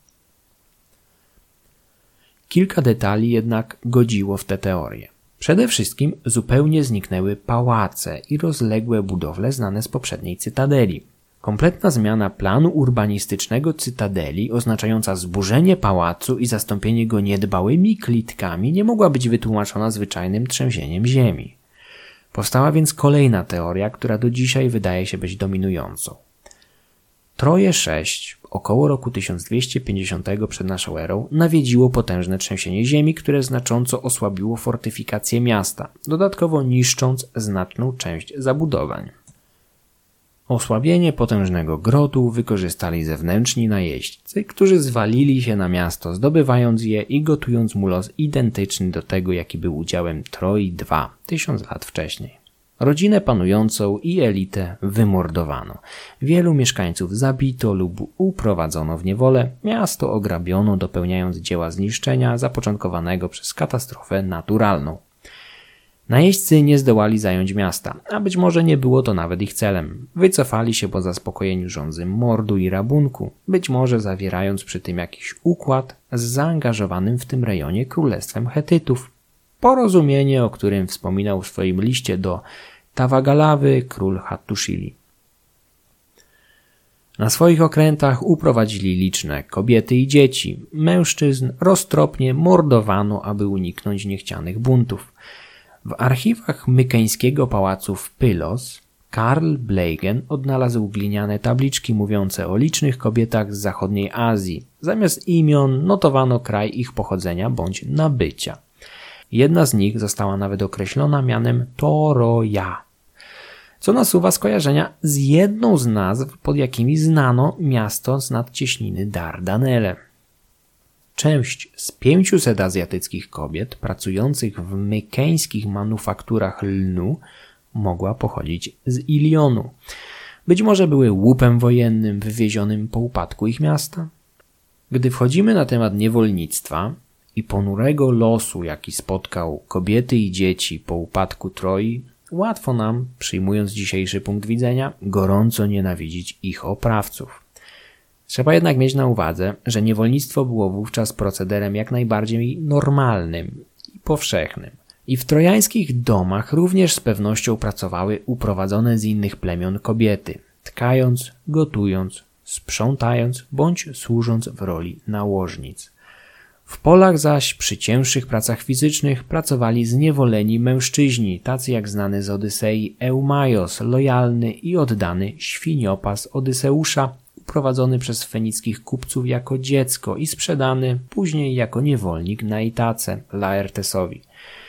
Kilka detali jednak godziło w tę teorię. Przede wszystkim zupełnie zniknęły pałace i rozległe budowle znane z poprzedniej cytadeli. Kompletna zmiana planu urbanistycznego cytadeli, oznaczająca zburzenie pałacu i zastąpienie go niedbałymi klitkami, nie mogła być wytłumaczona zwyczajnym trzęsieniem ziemi. Powstała więc kolejna teoria, która do dzisiaj wydaje się być dominującą. Troje sześć, około roku tysiąc dwieście pięćdziesiątego przed naszą erą, nawiedziło potężne trzęsienie ziemi, które znacząco osłabiło fortyfikacje miasta, dodatkowo niszcząc znaczną część zabudowań. Osłabienie potężnego grotu wykorzystali zewnętrzni najeźdźcy, którzy zwalili się na miasto, zdobywając je i gotując mu los identyczny do tego, jaki był udziałem Troi dwa, tysiąc lat wcześniej. Rodzinę panującą i elitę wymordowano. Wielu mieszkańców zabito lub uprowadzono w niewolę. Miasto ograbiono, dopełniając dzieła zniszczenia zapoczątkowanego przez katastrofę naturalną. Najeźdźcy nie zdołali zająć miasta, a być może nie było to nawet ich celem. Wycofali się po zaspokojeniu żądzy mordu i rabunku, być może zawierając przy tym jakiś układ z zaangażowanym w tym rejonie królestwem Chetytów. Porozumienie, o którym wspominał w swoim liście do Tawagalawy król Hattushili. Na swoich okrętach uprowadzili liczne kobiety i dzieci. Mężczyzn roztropnie mordowano, aby uniknąć niechcianych buntów. W archiwach mykeńskiego pałacu w Pylos Karl Blegen odnalazł gliniane tabliczki mówiące o licznych kobietach z zachodniej Azji. Zamiast imion notowano kraj ich pochodzenia bądź nabycia. Jedna z nich została nawet określona mianem Toroja, co nasuwa skojarzenia z jedną z nazw, pod jakimi znano miasto z nadcieśniny Dardanelle. Część z pięciuset azjatyckich kobiet pracujących w mykeńskich manufakturach lnu mogła pochodzić z Ilionu. Być może były łupem wojennym wywiezionym po upadku ich miasta? Gdy wchodzimy na temat niewolnictwa i ponurego losu, jaki spotkał kobiety i dzieci po upadku Troi, łatwo nam, przyjmując dzisiejszy punkt widzenia, gorąco nienawidzić ich oprawców. Trzeba jednak mieć na uwadze, że niewolnictwo było wówczas procederem jak najbardziej normalnym i powszechnym. I w trojańskich domach również z pewnością pracowały uprowadzone z innych plemion kobiety, tkając, gotując, sprzątając bądź służąc w roli nałożnic. W polach zaś przy cięższych pracach fizycznych pracowali zniewoleni mężczyźni, tacy jak znany z Odysei Eumaios, lojalny i oddany świniopas Odyseusza, uprowadzony przez fenickich kupców jako dziecko i sprzedany później jako niewolnik na Itace Laertesowi.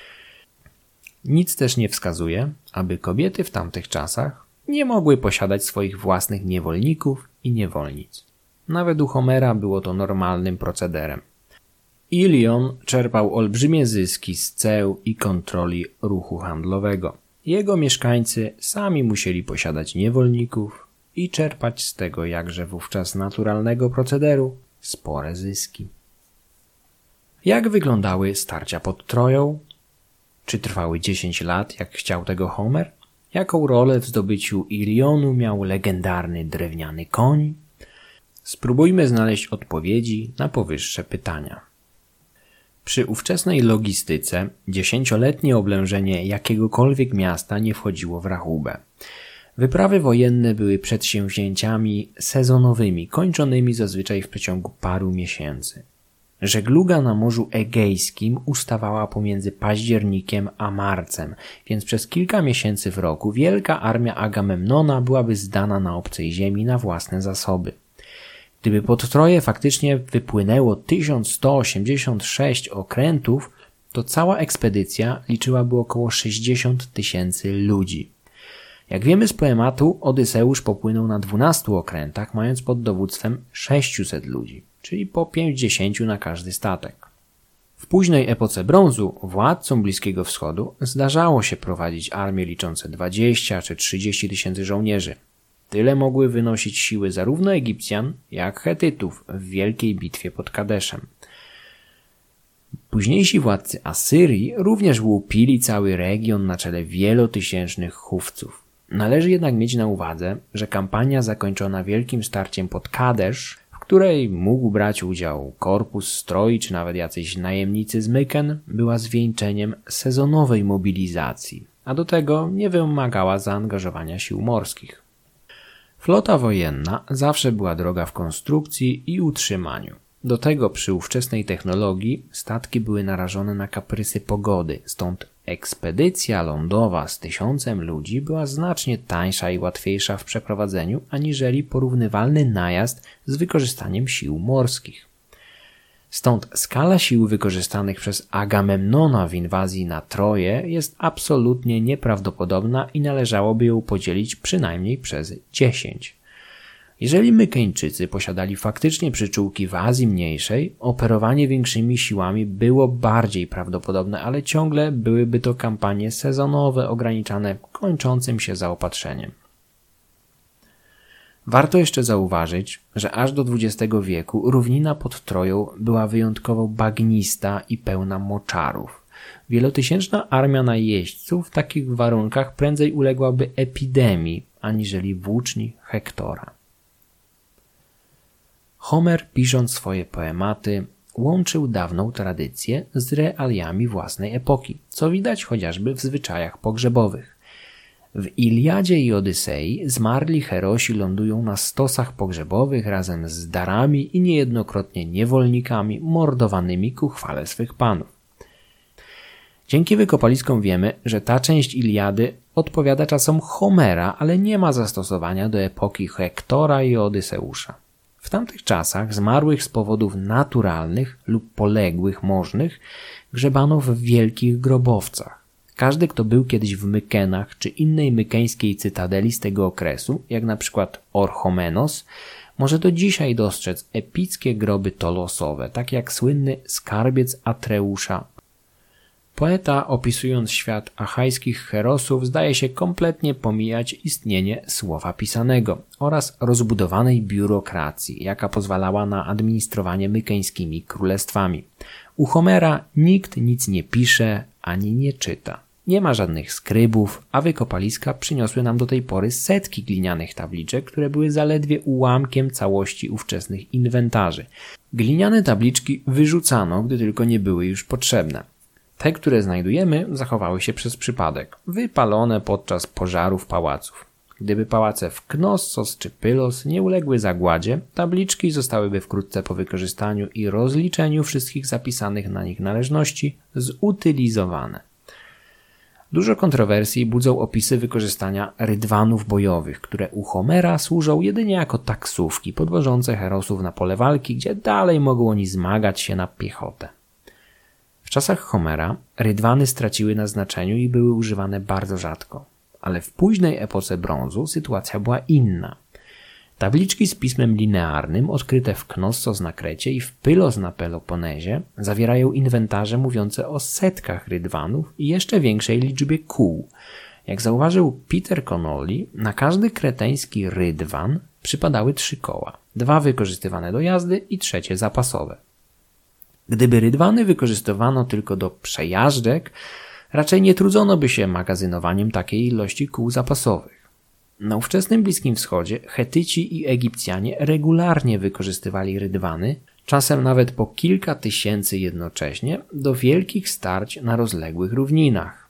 Nic też nie wskazuje, aby kobiety w tamtych czasach nie mogły posiadać swoich własnych niewolników i niewolnic. Nawet u Homera było to normalnym procederem. Ilion czerpał olbrzymie zyski z ceł i kontroli ruchu handlowego. Jego mieszkańcy sami musieli posiadać niewolników i czerpać z tego jakże wówczas naturalnego procederu spore zyski. Jak wyglądały starcia pod Troją? Czy trwały dziesięć lat, jak chciał tego Homer? Jaką rolę w zdobyciu Ilionu miał legendarny drewniany koń? Spróbujmy znaleźć odpowiedzi na powyższe pytania. Przy ówczesnej logistyce dziesięcioletnie oblężenie jakiegokolwiek miasta nie wchodziło w rachubę. Wyprawy wojenne były przedsięwzięciami sezonowymi, kończonymi zazwyczaj w przeciągu paru miesięcy. Żegluga na Morzu Egejskim ustawała pomiędzy październikiem a marcem, więc przez kilka miesięcy w roku wielka armia Agamemnona byłaby zdana na obcej ziemi na własne zasoby. Gdyby pod Troję faktycznie wypłynęło tysiąc sto osiemdziesiąt sześć okrętów, to cała ekspedycja liczyłaby około sześćdziesiąt tysięcy ludzi. Jak wiemy z poematu, Odyseusz popłynął na dwunastu okrętach, mając pod dowództwem sześciuset ludzi, czyli po pięćdziesięciu na każdy statek. W późnej epoce brązu władcom Bliskiego Wschodu zdarzało się prowadzić armie liczące dwadzieścia czy trzydzieści tysięcy żołnierzy. Tyle mogły wynosić siły zarówno Egipcjan, jak Chetytów w wielkiej bitwie pod Kadeszem. Późniejsi władcy Asyrii również łupili cały region na czele wielotysięcznych chówców. Należy jednak mieć na uwadze, że kampania zakończona wielkim starciem pod Kadesz, w której mógł brać udział korpus stroi czy nawet jacyś najemnicy z Myken, była zwieńczeniem sezonowej mobilizacji, a do tego nie wymagała zaangażowania sił morskich. Flota wojenna zawsze była droga w konstrukcji i utrzymaniu. Do tego przy ówczesnej technologii statki były narażone na kaprysy pogody, stąd ekspedycja lądowa z tysiącem ludzi była znacznie tańsza i łatwiejsza w przeprowadzeniu aniżeli porównywalny najazd z wykorzystaniem sił morskich. Stąd skala sił wykorzystanych przez Agamemnona w inwazji na Troję jest absolutnie nieprawdopodobna i należałoby ją podzielić przynajmniej przez dziesięć. Jeżeli Mykeńczycy posiadali faktycznie przyczółki w Azji Mniejszej, operowanie większymi siłami było bardziej prawdopodobne, ale ciągle byłyby to kampanie sezonowe ograniczane kończącym się zaopatrzeniem. Warto jeszcze zauważyć, że aż do dwudziestego wieku równina pod Troją była wyjątkowo bagnista i pełna moczarów. Wielotysięczna armia najeźdźców w takich warunkach prędzej uległaby epidemii, aniżeli włóczni Hektora. Homer, pisząc swoje poematy, łączył dawną tradycję z realiami własnej epoki, co widać chociażby w zwyczajach pogrzebowych. W Iliadzie i Odysei zmarli herosi lądują na stosach pogrzebowych razem z darami i niejednokrotnie niewolnikami mordowanymi ku chwale swych panów. Dzięki wykopaliskom wiemy, że ta część Iliady odpowiada czasom Homera, ale nie ma zastosowania do epoki Hektora i Odyseusza. W tamtych czasach zmarłych z powodów naturalnych lub poległych możnych grzebano w wielkich grobowcach. Każdy, kto był kiedyś w Mykenach czy innej mykeńskiej cytadeli z tego okresu, jak na przykład Orchomenos, może do dzisiaj dostrzec epickie groby tolosowe, tak jak słynny skarbiec Atreusza. Poeta, opisując świat achajskich herosów, zdaje się kompletnie pomijać istnienie słowa pisanego oraz rozbudowanej biurokracji, jaka pozwalała na administrowanie mykeńskimi królestwami. U Homera nikt nic nie pisze ani nie czyta. Nie ma żadnych skrybów, a wykopaliska przyniosły nam do tej pory setki glinianych tabliczek, które były zaledwie ułamkiem całości ówczesnych inwentarzy. Gliniane tabliczki wyrzucano, gdy tylko nie były już potrzebne. Te, które znajdujemy, zachowały się przez przypadek, wypalone podczas pożarów pałaców. Gdyby pałace w Knossos czy Pylos nie uległy zagładzie, tabliczki zostałyby wkrótce po wykorzystaniu i rozliczeniu wszystkich zapisanych na nich należności zutylizowane. Dużo kontrowersji budzą opisy wykorzystania rydwanów bojowych, które u Homera służą jedynie jako taksówki podwożące herosów na pole walki, gdzie dalej mogą oni zmagać się na piechotę. W czasach Homera rydwany straciły na znaczeniu i były używane bardzo rzadko, ale w późnej epoce brązu sytuacja była inna. Tabliczki z pismem linearnym odkryte w Knossos na Krecie i w Pylos na Peloponezie zawierają inwentarze mówiące o setkach rydwanów i jeszcze większej liczbie kół. Jak zauważył Peter Connolly, na każdy kreteński rydwan przypadały trzy koła, dwa wykorzystywane do jazdy i trzecie zapasowe. Gdyby rydwany wykorzystywano tylko do przejażdżek, raczej nie trudzono by się magazynowaniem takiej ilości kół zapasowych. Na ówczesnym Bliskim Wschodzie Chetyci i Egipcjanie regularnie wykorzystywali rydwany, czasem nawet po kilka tysięcy jednocześnie, do wielkich starć na rozległych równinach.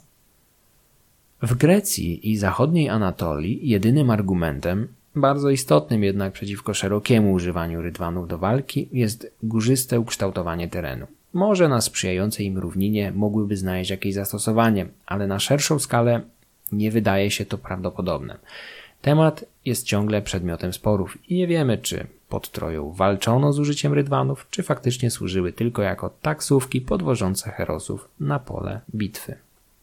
W Grecji i zachodniej Anatolii jedynym argumentem, bardzo istotnym jednak przeciwko szerokiemu używaniu rydwanów do walki, jest górzyste ukształtowanie terenu. Może na sprzyjającej im równinie mogłyby znaleźć jakieś zastosowanie, ale na szerszą skalę nie wydaje się to prawdopodobne. Temat jest ciągle przedmiotem sporów i nie wiemy, czy pod Troją walczono z użyciem rydwanów, czy faktycznie służyły tylko jako taksówki podwożące herosów na pole bitwy.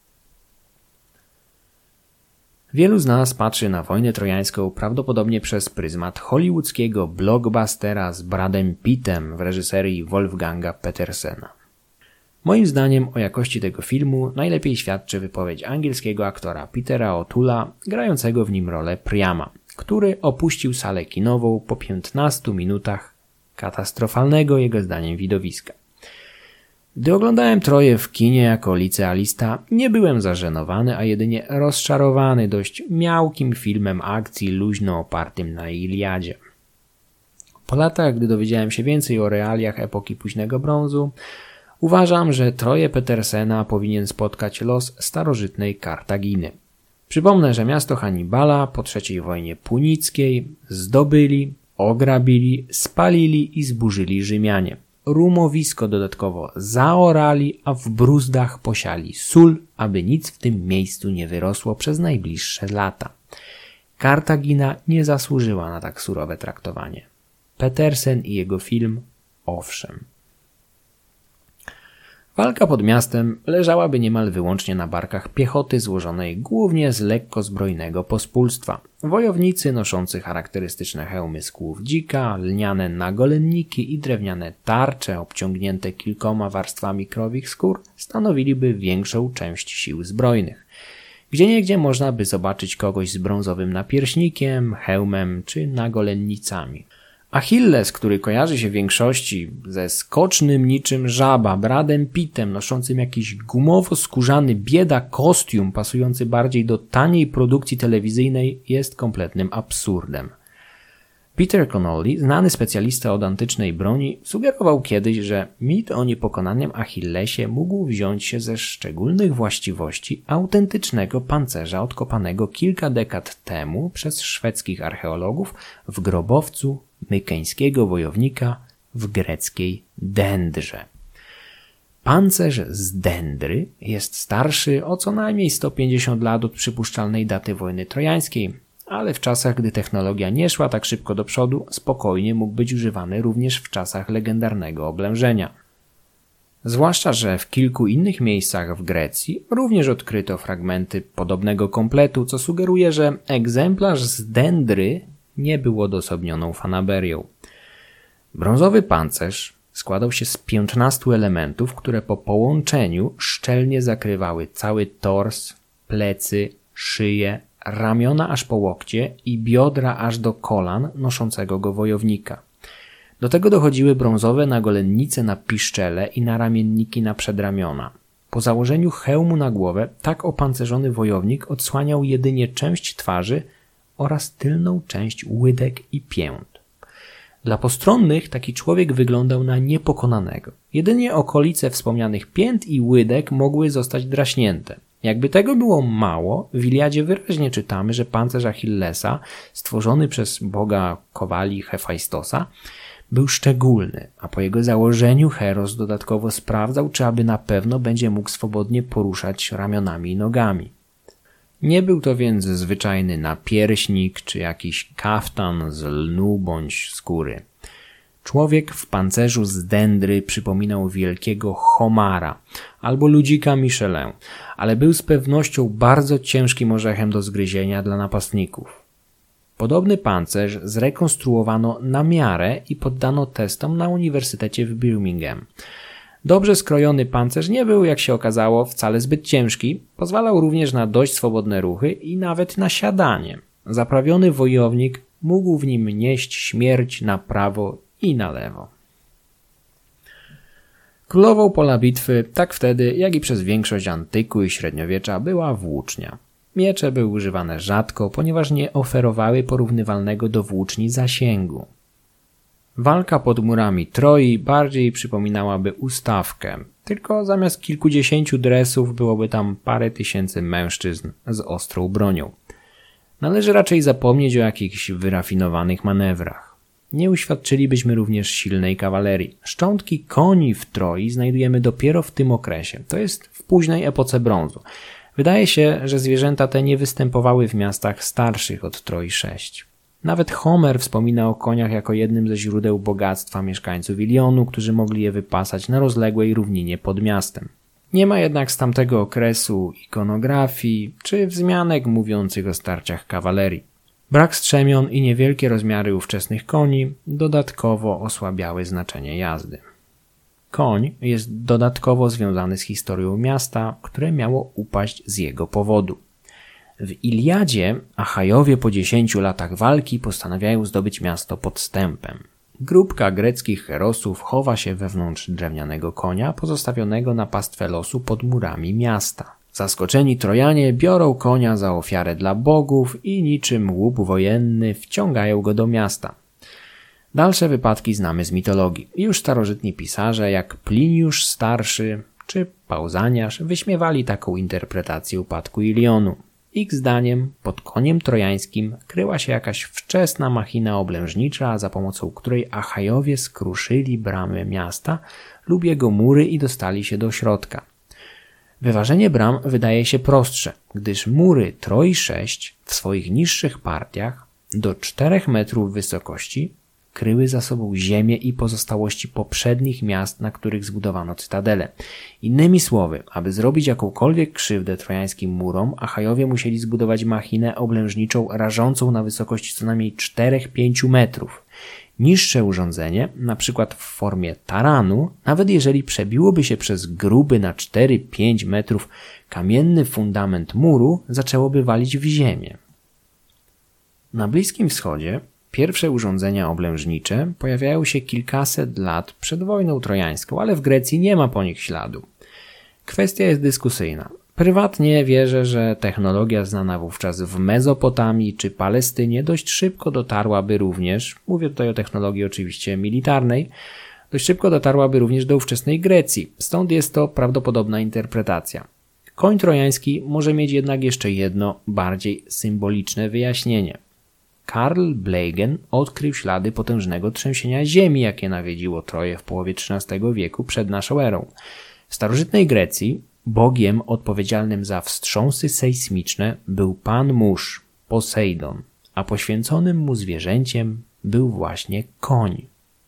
Wielu z nas patrzy na wojnę trojańską prawdopodobnie przez pryzmat hollywoodzkiego blockbustera z Bradem Pittem w reżyserii Wolfganga Petersena. Moim zdaniem o jakości tego filmu najlepiej świadczy wypowiedź angielskiego aktora Petera O'Toola, grającego w nim rolę Priama, który opuścił salę kinową po piętnastu minutach katastrofalnego jego zdaniem widowiska. Gdy oglądałem Troję w kinie jako licealista, nie byłem zażenowany, a jedynie rozczarowany dość miałkim filmem akcji luźno opartym na Iliadzie. Po latach, gdy dowiedziałem się więcej o realiach epoki późnego brązu, uważam, że Troję Petersena powinien spotkać los starożytnej Kartaginy. Przypomnę, że miasto Hannibala po trzeciej wojnie punickiej zdobyli, ograbili, spalili i zburzyli Rzymianie. Rumowisko dodatkowo zaorali, a w bruzdach posiali sól, aby nic w tym miejscu nie wyrosło przez najbliższe lata. Kartagina nie zasłużyła na tak surowe traktowanie. Petersen i jego film owszem. Walka pod miastem leżałaby niemal wyłącznie na barkach piechoty złożonej głównie z lekko zbrojnego pospólstwa. Wojownicy noszący charakterystyczne hełmy z kłów dzika, lniane nagolenniki i drewniane tarcze obciągnięte kilkoma warstwami krowich skór stanowiliby większą część sił zbrojnych. Gdzieniegdzie można by zobaczyć kogoś z brązowym napierśnikiem, hełmem czy nagolennicami. Achilles, który kojarzy się w większości ze skocznym niczym żaba, Bradem Pittem, noszącym jakiś gumowo-skórzany bieda kostium pasujący bardziej do taniej produkcji telewizyjnej, jest kompletnym absurdem. Peter Connolly, znany specjalista od antycznej broni, sugerował kiedyś, że mit o niepokonanym Achillesie mógł wziąć się ze szczególnych właściwości autentycznego pancerza odkopanego kilka dekad temu przez szwedzkich archeologów w grobowcu mykeńskiego wojownika w greckiej Dendrze. Pancerz z Dendry jest starszy o co najmniej sto pięćdziesiąt lat od przypuszczalnej daty wojny trojańskiej, ale w czasach, gdy technologia nie szła tak szybko do przodu, spokojnie mógł być używany również w czasach legendarnego oblężenia. Zwłaszcza, że w kilku innych miejscach w Grecji również odkryto fragmenty podobnego kompletu, co sugeruje, że egzemplarz z Dendry nie był odosobnioną fanaberią. Brązowy pancerz składał się z piętnastu elementów, które po połączeniu szczelnie zakrywały cały tors, plecy, szyję, ramiona aż po łokcie i biodra aż do kolan noszącego go wojownika. Do tego dochodziły brązowe nagolennice na piszczele i naramienniki na przedramiona. Po założeniu hełmu na głowę tak opancerzony wojownik odsłaniał jedynie część twarzy oraz tylną część łydek i pięt. Dla postronnych taki człowiek wyglądał na niepokonanego. Jedynie okolice wspomnianych pięt i łydek mogły zostać draśnięte. Jakby tego było mało, w Iliadzie wyraźnie czytamy, że pancerz Achillesa, stworzony przez boga kowali Hefajstosa, był szczególny, a po jego założeniu Heros dodatkowo sprawdzał, czy aby na pewno będzie mógł swobodnie poruszać ramionami i nogami. Nie był to więc zwyczajny napierśnik czy jakiś kaftan z lnu bądź skóry. Człowiek w pancerzu z Dendry przypominał wielkiego homara albo ludzika Michelin, ale był z pewnością bardzo ciężkim orzechem do zgryzienia dla napastników. Podobny pancerz zrekonstruowano na miarę i poddano testom na Uniwersytecie w Birmingham. Dobrze skrojony pancerz nie był, jak się okazało, wcale zbyt ciężki, pozwalał również na dość swobodne ruchy i nawet na siadanie. Zaprawiony wojownik mógł w nim nieść śmierć na prawo i na lewo. Królową pola bitwy, tak wtedy, jak i przez większość antyku i średniowiecza, była włócznia. Miecze były używane rzadko, ponieważ nie oferowały porównywalnego do włóczni zasięgu. Walka pod murami Troi bardziej przypominałaby ustawkę, tylko zamiast kilkudziesięciu dresów byłoby tam parę tysięcy mężczyzn z ostrą bronią. Należy raczej zapomnieć o jakichś wyrafinowanych manewrach. Nie uświadczylibyśmy również silnej kawalerii. Szczątki koni w Troi znajdujemy dopiero w tym okresie, to jest w późnej epoce brązu. Wydaje się, że zwierzęta te nie występowały w miastach starszych od Troi sześć. Nawet Homer wspomina o koniach jako jednym ze źródeł bogactwa mieszkańców Ilionu, którzy mogli je wypasać na rozległej równinie pod miastem. Nie ma jednak z tamtego okresu ikonografii czy wzmianek mówiących o starciach kawalerii. Brak strzemion i niewielkie rozmiary ówczesnych koni dodatkowo osłabiały znaczenie jazdy. Koń jest dodatkowo związany z historią miasta, które miało upaść z jego powodu. W Iliadzie Achajowie po dziesięciu latach walki postanawiają zdobyć miasto podstępem. Grupka greckich herosów chowa się wewnątrz drewnianego konia pozostawionego na pastwę losu pod murami miasta. Zaskoczeni Trojanie biorą konia za ofiarę dla bogów i niczym łup wojenny wciągają go do miasta. Dalsze wypadki znamy z mitologii. Już starożytni pisarze jak Pliniusz Starszy czy Pausaniasz wyśmiewali taką interpretację upadku Ilionu. Ich zdaniem pod koniem trojańskim kryła się jakaś wczesna machina oblężnicza, za pomocą której Achajowie skruszyli bramy miasta lub jego mury i dostali się do środka. Wyważenie bram wydaje się prostsze, gdyż mury Troi sześć w swoich niższych partiach do czterech metrów wysokości kryły za sobą ziemię i pozostałości poprzednich miast, na których zbudowano cytadele. Innymi słowy, aby zrobić jakąkolwiek krzywdę trojańskim murom, Achajowie musieli zbudować machinę oblężniczą rażącą na wysokość co najmniej cztery do pięciu metrów. Niższe urządzenie, na przykład w formie taranu, nawet jeżeli przebiłoby się przez gruby na cztery do pięciu metrów kamienny fundament muru, zaczęłoby walić w ziemię. Na Bliskim Wschodzie pierwsze urządzenia oblężnicze pojawiają się kilkaset lat przed wojną trojańską, ale w Grecji nie ma po nich śladu. Kwestia jest dyskusyjna. Prywatnie wierzę, że technologia znana wówczas w Mezopotamii czy Palestynie dość szybko dotarłaby również, mówię tutaj o technologii oczywiście militarnej, dość szybko dotarłaby również do ówczesnej Grecji. Stąd jest to prawdopodobna interpretacja. Koń trojański może mieć jednak jeszcze jedno, bardziej symboliczne wyjaśnienie. Karl Blegen odkrył ślady potężnego trzęsienia ziemi, jakie nawiedziło Troję w połowie trzynastego wieku przed naszą erą. W starożytnej Grecji bogiem odpowiedzialnym za wstrząsy sejsmiczne był pan mórz, Posejdon, a poświęconym mu zwierzęciem był właśnie koń.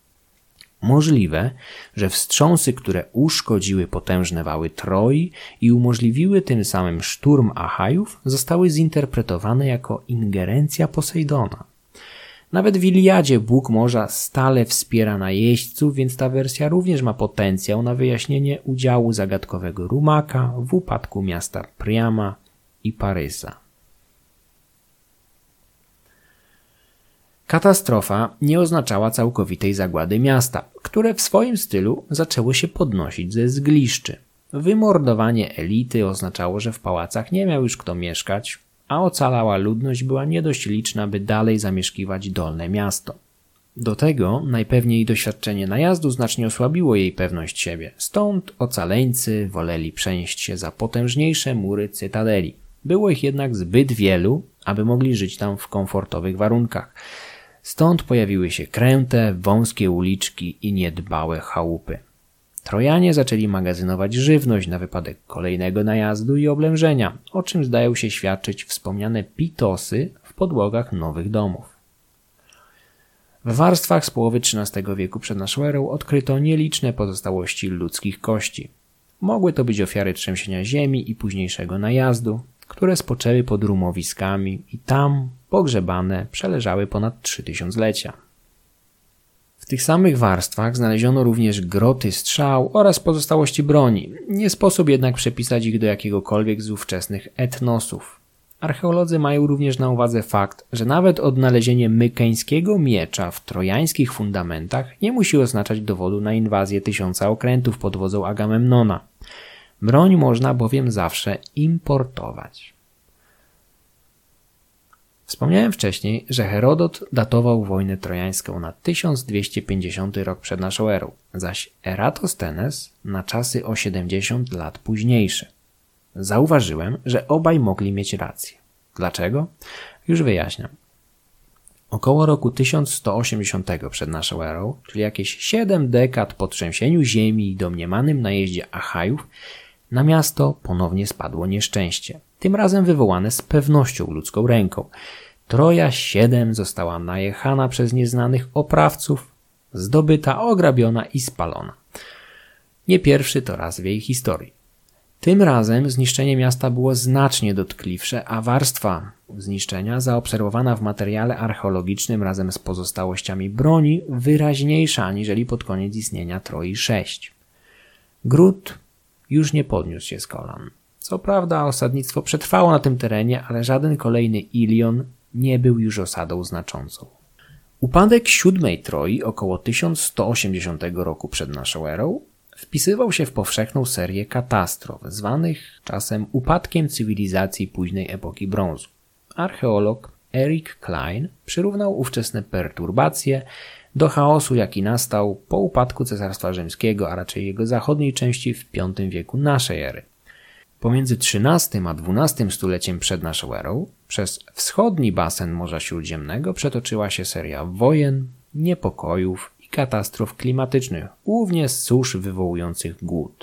Możliwe, że wstrząsy, które uszkodziły potężne wały Troi i umożliwiły tym samym szturm Achajów, zostały zinterpretowane jako ingerencja Posejdona. Nawet w Iliadzie Bóg morza stale wspiera najeźdźców, więc ta wersja również ma potencjał na wyjaśnienie udziału zagadkowego rumaka w upadku miasta Priama i Parysa. Katastrofa nie oznaczała całkowitej zagłady miasta, które w swoim stylu zaczęło się podnosić ze zgliszczy. Wymordowanie elity oznaczało, że w pałacach nie miał już kto mieszkać, a ocalała ludność była nie dość liczna, by dalej zamieszkiwać dolne miasto. Do tego najpewniej doświadczenie najazdu znacznie osłabiło jej pewność siebie, stąd ocaleńcy woleli przenieść się za potężniejsze mury cytadeli. Było ich jednak zbyt wielu, aby mogli żyć tam w komfortowych warunkach. Stąd pojawiły się kręte, wąskie uliczki i niedbałe chałupy. Trojanie zaczęli magazynować żywność na wypadek kolejnego najazdu i oblężenia, o czym zdają się świadczyć wspomniane pitosy w podłogach nowych domów. W warstwach z połowy trzynastego wieku przed naszą erą odkryto nieliczne pozostałości ludzkich kości. Mogły to być ofiary trzęsienia ziemi i późniejszego najazdu, które spoczęły pod rumowiskami i tam, pogrzebane, przeleżały ponad trzy tysiąclecia. W tych samych warstwach znaleziono również groty strzał oraz pozostałości broni. Nie sposób jednak przepisać ich do jakiegokolwiek z ówczesnych etnosów. Archeolodzy mają również na uwadze fakt, że nawet odnalezienie mykeńskiego miecza w trojańskich fundamentach nie musi oznaczać dowodu na inwazję tysiąca okrętów pod wodzą Agamemnona. Broń można bowiem zawsze importować. Wspomniałem wcześniej, że Herodot datował wojnę trojańską na tysiąc dwieście pięćdziesiąty rok przed naszą erą, zaś Eratosthenes na czasy o siedemdziesiąt lat późniejsze. Zauważyłem, że obaj mogli mieć rację. Dlaczego? Już wyjaśniam. Około roku tysiąc sto osiemdziesiątego przed naszą erą, czyli jakieś siedem dekad po trzęsieniu ziemi i domniemanym najeździe Achajów, na miasto ponownie spadło nieszczęście. Tym razem wywołane z pewnością ludzką ręką. Troja siedem została najechana przez nieznanych oprawców, zdobyta, ograbiona i spalona. Nie pierwszy to raz w jej historii. Tym razem zniszczenie miasta było znacznie dotkliwsze, a warstwa zniszczenia zaobserwowana w materiale archeologicznym razem z pozostałościami broni wyraźniejsza aniżeli pod koniec istnienia Troi sześć. Gród już nie podniósł się z kolan. Co prawda osadnictwo przetrwało na tym terenie, ale żaden kolejny Ilion nie był już osadą znaczącą. Upadek siódmej Troi około tysiąc sto osiemdziesiątego roku przed naszą erą wpisywał się w powszechną serię katastrof, zwanych czasem upadkiem cywilizacji późnej epoki brązu. Archeolog Eric Klein przyrównał ówczesne perturbacje do chaosu, jaki nastał po upadku Cesarstwa Rzymskiego, a raczej jego zachodniej części w piątym wieku naszej ery. Pomiędzy trzynastym a dwunastym stuleciem przed naszą erą przez wschodni basen Morza Śródziemnego przetoczyła się seria wojen, niepokojów i katastrof klimatycznych, głównie susz wywołujących głód.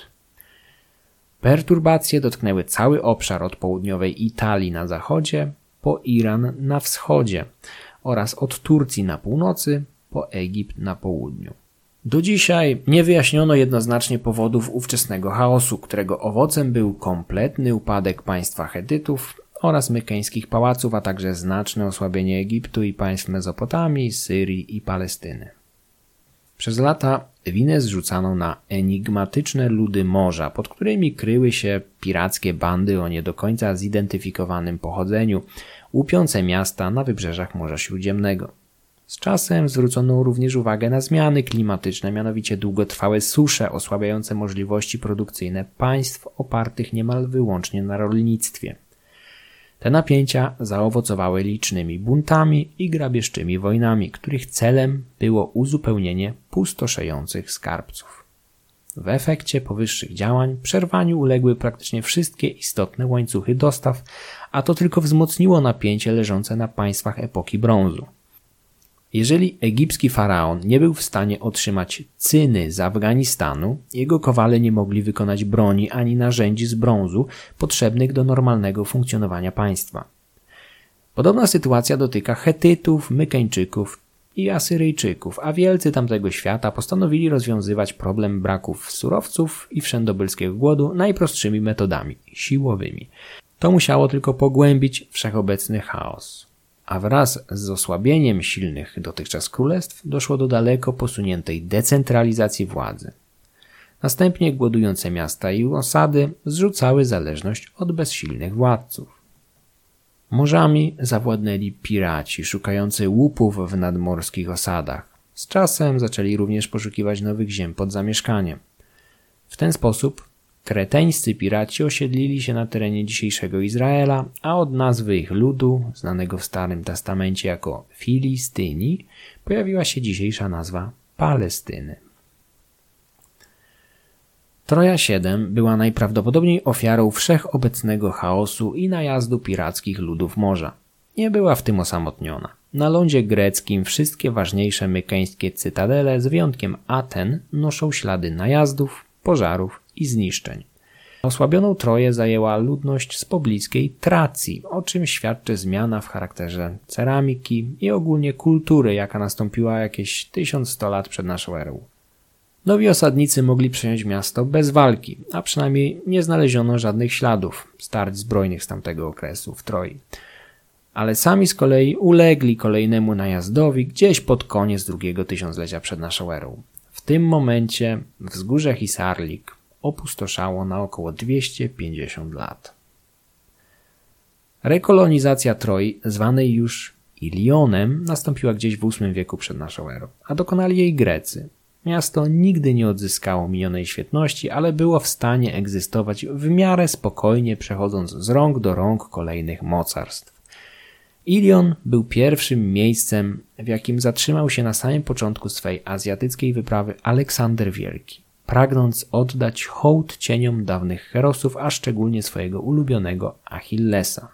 Perturbacje dotknęły cały obszar od południowej Italii na zachodzie po Iran na wschodzie oraz od Turcji na północy po Egipt na południu. Do dzisiaj nie wyjaśniono jednoznacznie powodów ówczesnego chaosu, którego owocem był kompletny upadek państwa Chetytów oraz mykeńskich pałaców, a także znaczne osłabienie Egiptu i państw Mezopotamii, Syrii i Palestyny. Przez lata winę zrzucano na enigmatyczne ludy morza, pod którymi kryły się pirackie bandy o nie do końca zidentyfikowanym pochodzeniu, łupiące miasta na wybrzeżach Morza Śródziemnego. Z czasem zwrócono również uwagę na zmiany klimatyczne, mianowicie długotrwałe susze osłabiające możliwości produkcyjne państw opartych niemal wyłącznie na rolnictwie. Te napięcia zaowocowały licznymi buntami i grabieżczymi wojnami, których celem było uzupełnienie pustoszejących skarbców. W efekcie powyższych działań przerwaniu uległy praktycznie wszystkie istotne łańcuchy dostaw, a to tylko wzmocniło napięcie leżące na państwach epoki brązu. Jeżeli egipski faraon nie był w stanie otrzymać cyny z Afganistanu, jego kowale nie mogli wykonać broni ani narzędzi z brązu potrzebnych do normalnego funkcjonowania państwa. Podobna sytuacja dotyka Chetytów, Mykeńczyków i Asyryjczyków, a wielcy tamtego świata postanowili rozwiązywać problem braków surowców i wszędobylskiego głodu najprostszymi metodami siłowymi. To musiało tylko pogłębić wszechobecny chaos. A wraz z osłabieniem silnych dotychczas królestw doszło do daleko posuniętej decentralizacji władzy. Następnie głodujące miasta i osady zrzucały zależność od bezsilnych władców. Morzami zawładnęli piraci szukający łupów w nadmorskich osadach. Z czasem zaczęli również poszukiwać nowych ziem pod zamieszkaniem. W ten sposób kreteńscy piraci osiedlili się na terenie dzisiejszego Izraela, a od nazwy ich ludu, znanego w Starym Testamencie jako Filistyni, pojawiła się dzisiejsza nazwa Palestyny. Troja siedem była najprawdopodobniej ofiarą wszechobecnego chaosu i najazdu pirackich ludów morza. Nie była w tym osamotniona. Na lądzie greckim wszystkie ważniejsze mykeńskie cytadele z wyjątkiem Aten noszą ślady najazdów, pożarów i zniszczeń. Osłabioną Troję zajęła ludność z pobliskiej Tracji, o czym świadczy zmiana w charakterze ceramiki i ogólnie kultury, jaka nastąpiła jakieś tysiąc sto lat przed naszą erą. Nowi osadnicy mogli przejąć miasto bez walki, a przynajmniej nie znaleziono żadnych śladów starć zbrojnych z tamtego okresu w Troi. Ale sami z kolei ulegli kolejnemu najazdowi gdzieś pod koniec drugiego tysiąclecia przed naszą erą. W tym momencie wzgórze Hisarlik opustoszało na około dwieście pięćdziesiąt lat. Rekolonizacja Troi, zwanej już Ilionem, nastąpiła gdzieś w ósmym wieku przed naszą erą, a dokonali jej Grecy. Miasto nigdy nie odzyskało minionej świetności, ale było w stanie egzystować w miarę spokojnie, przechodząc z rąk do rąk kolejnych mocarstw. Ilion był pierwszym miejscem, w jakim zatrzymał się na samym początku swej azjatyckiej wyprawy Aleksander Wielki, pragnąc oddać hołd cieniom dawnych herosów, a szczególnie swojego ulubionego Achillesa.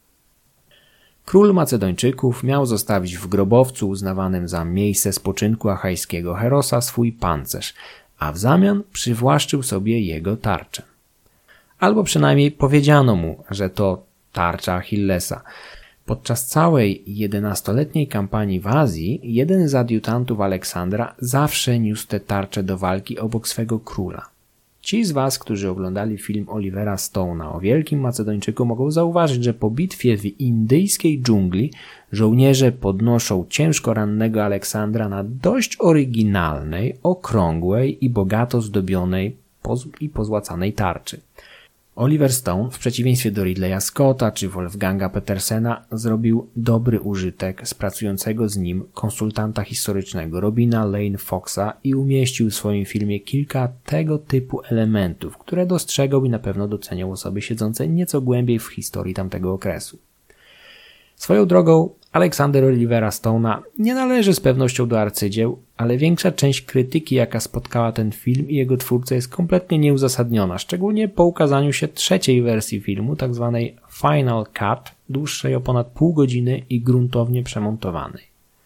Król Macedończyków miał zostawić w grobowcu uznawanym za miejsce spoczynku achajskiego herosa swój pancerz, a w zamian przywłaszczył sobie jego tarczę. Albo przynajmniej powiedziano mu, że to tarcza Achillesa. Podczas całej jedenastoletniej kampanii w Azji jeden z adiutantów Aleksandra zawsze niósł tę tarczę do walki obok swego króla. Ci z was, którzy oglądali film Olivera Stone'a o Wielkim Macedończyku, mogą zauważyć, że po bitwie w indyjskiej dżungli żołnierze podnoszą ciężko rannego Aleksandra na dość oryginalnej, okrągłej i bogato zdobionej poz- i pozłacanej tarczy. Oliver Stone, w przeciwieństwie do Ridleya Scotta czy Wolfganga Petersena, zrobił dobry użytek z pracującego z nim konsultanta historycznego Robina Lane Foxa i umieścił w swoim filmie kilka tego typu elementów, które dostrzegał i na pewno doceniał osoby siedzące nieco głębiej w historii tamtego okresu. Swoją drogą, Aleksander Olivera Stone'a nie należy z pewnością do arcydzieł, ale większa część krytyki, jaka spotkała ten film i jego twórcę, jest kompletnie nieuzasadniona, szczególnie po ukazaniu się trzeciej wersji filmu, tzw. Final Cut, dłuższej o ponad pół godziny i gruntownie przemontowanej.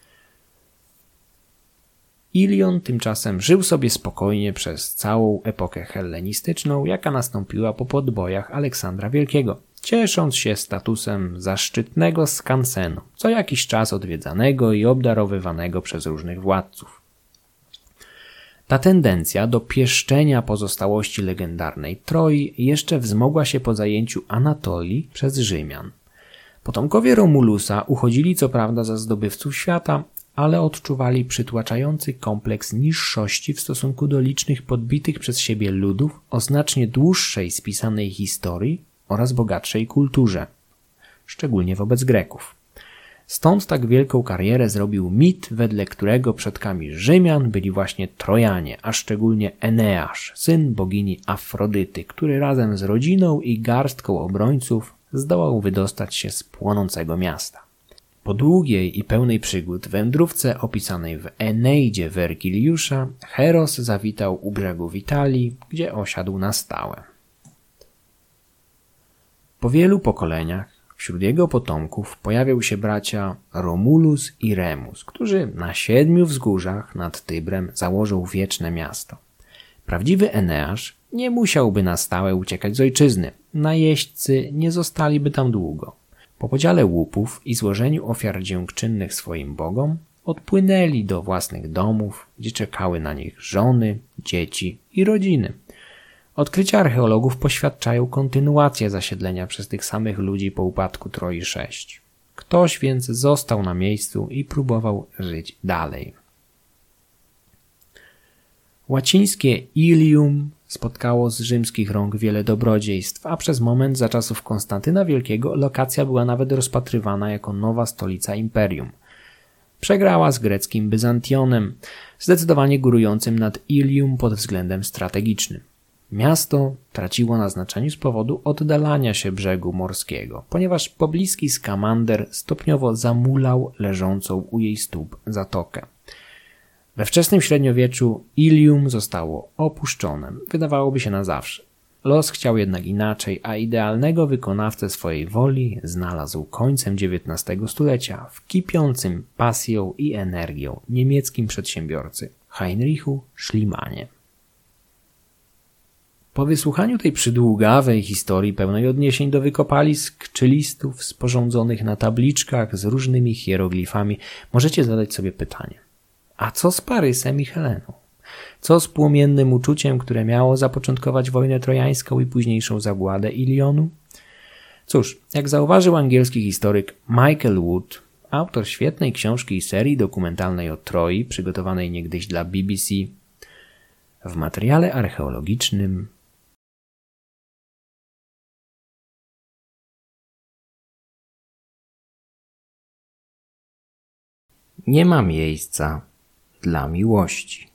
Ilion tymczasem żył sobie spokojnie przez całą epokę hellenistyczną, jaka nastąpiła po podbojach Aleksandra Wielkiego, ciesząc się statusem zaszczytnego skansenu, co jakiś czas odwiedzanego i obdarowywanego przez różnych władców. Ta tendencja do pieszczenia pozostałości legendarnej Troi jeszcze wzmogła się po zajęciu Anatolii przez Rzymian. Potomkowie Romulusa uchodzili co prawda za zdobywców świata, ale odczuwali przytłaczający kompleks niższości w stosunku do licznych podbitych przez siebie ludów o znacznie dłuższej spisanej historii oraz bogatszej kulturze, szczególnie wobec Greków. Stąd tak wielką karierę zrobił mit, wedle którego przodkami Rzymian byli właśnie Trojanie, a szczególnie Eneasz, syn bogini Afrodyty, który razem z rodziną i garstką obrońców zdołał wydostać się z płonącego miasta. Po długiej i pełnej przygód wędrówce opisanej w Eneidzie Wergiliusza, Heros zawitał u brzegów Italii, gdzie osiadł na stałe. Po wielu pokoleniach wśród jego potomków pojawią się bracia Romulus i Remus, którzy na siedmiu wzgórzach nad Tybrem założą wieczne miasto. Prawdziwy Eneasz nie musiałby na stałe uciekać z ojczyzny, najeźdźcy nie zostaliby tam długo. Po podziale łupów i złożeniu ofiar dziękczynnych swoim bogom odpłynęli do własnych domów, gdzie czekały na nich żony, dzieci i rodziny. Odkrycia archeologów poświadczają kontynuację zasiedlenia przez tych samych ludzi po upadku Troi sześć. Ktoś więc został na miejscu i próbował żyć dalej. Łacińskie Ilium spotkało z rzymskich rąk wiele dobrodziejstw, a przez moment za czasów Konstantyna Wielkiego lokacja była nawet rozpatrywana jako nowa stolica imperium. Przegrała z greckim Byzantionem, zdecydowanie górującym nad Ilium pod względem strategicznym. Miasto traciło na znaczeniu z powodu oddalania się brzegu morskiego, ponieważ pobliski Skamander stopniowo zamulał leżącą u jej stóp zatokę. We wczesnym średniowieczu Ilium zostało opuszczone, wydawałoby się na zawsze. Los chciał jednak inaczej, a idealnego wykonawcę swojej woli znalazł końcem dziewiętnastego stulecia w kipiącym pasją i energią niemieckim przedsiębiorcy Heinrichu Schliemanie. Po wysłuchaniu tej przydługawej historii pełnej odniesień do wykopalisk czy listów sporządzonych na tabliczkach z różnymi hieroglifami możecie zadać sobie pytanie: a co z Parysem i Heleną? Co z płomiennym uczuciem, które miało zapoczątkować wojnę trojańską i późniejszą zagładę Ilionu? Cóż, jak zauważył angielski historyk Michael Wood, autor świetnej książki i serii dokumentalnej o Troi, przygotowanej niegdyś dla B B C, w materiale archeologicznym nie ma miejsca dla miłości.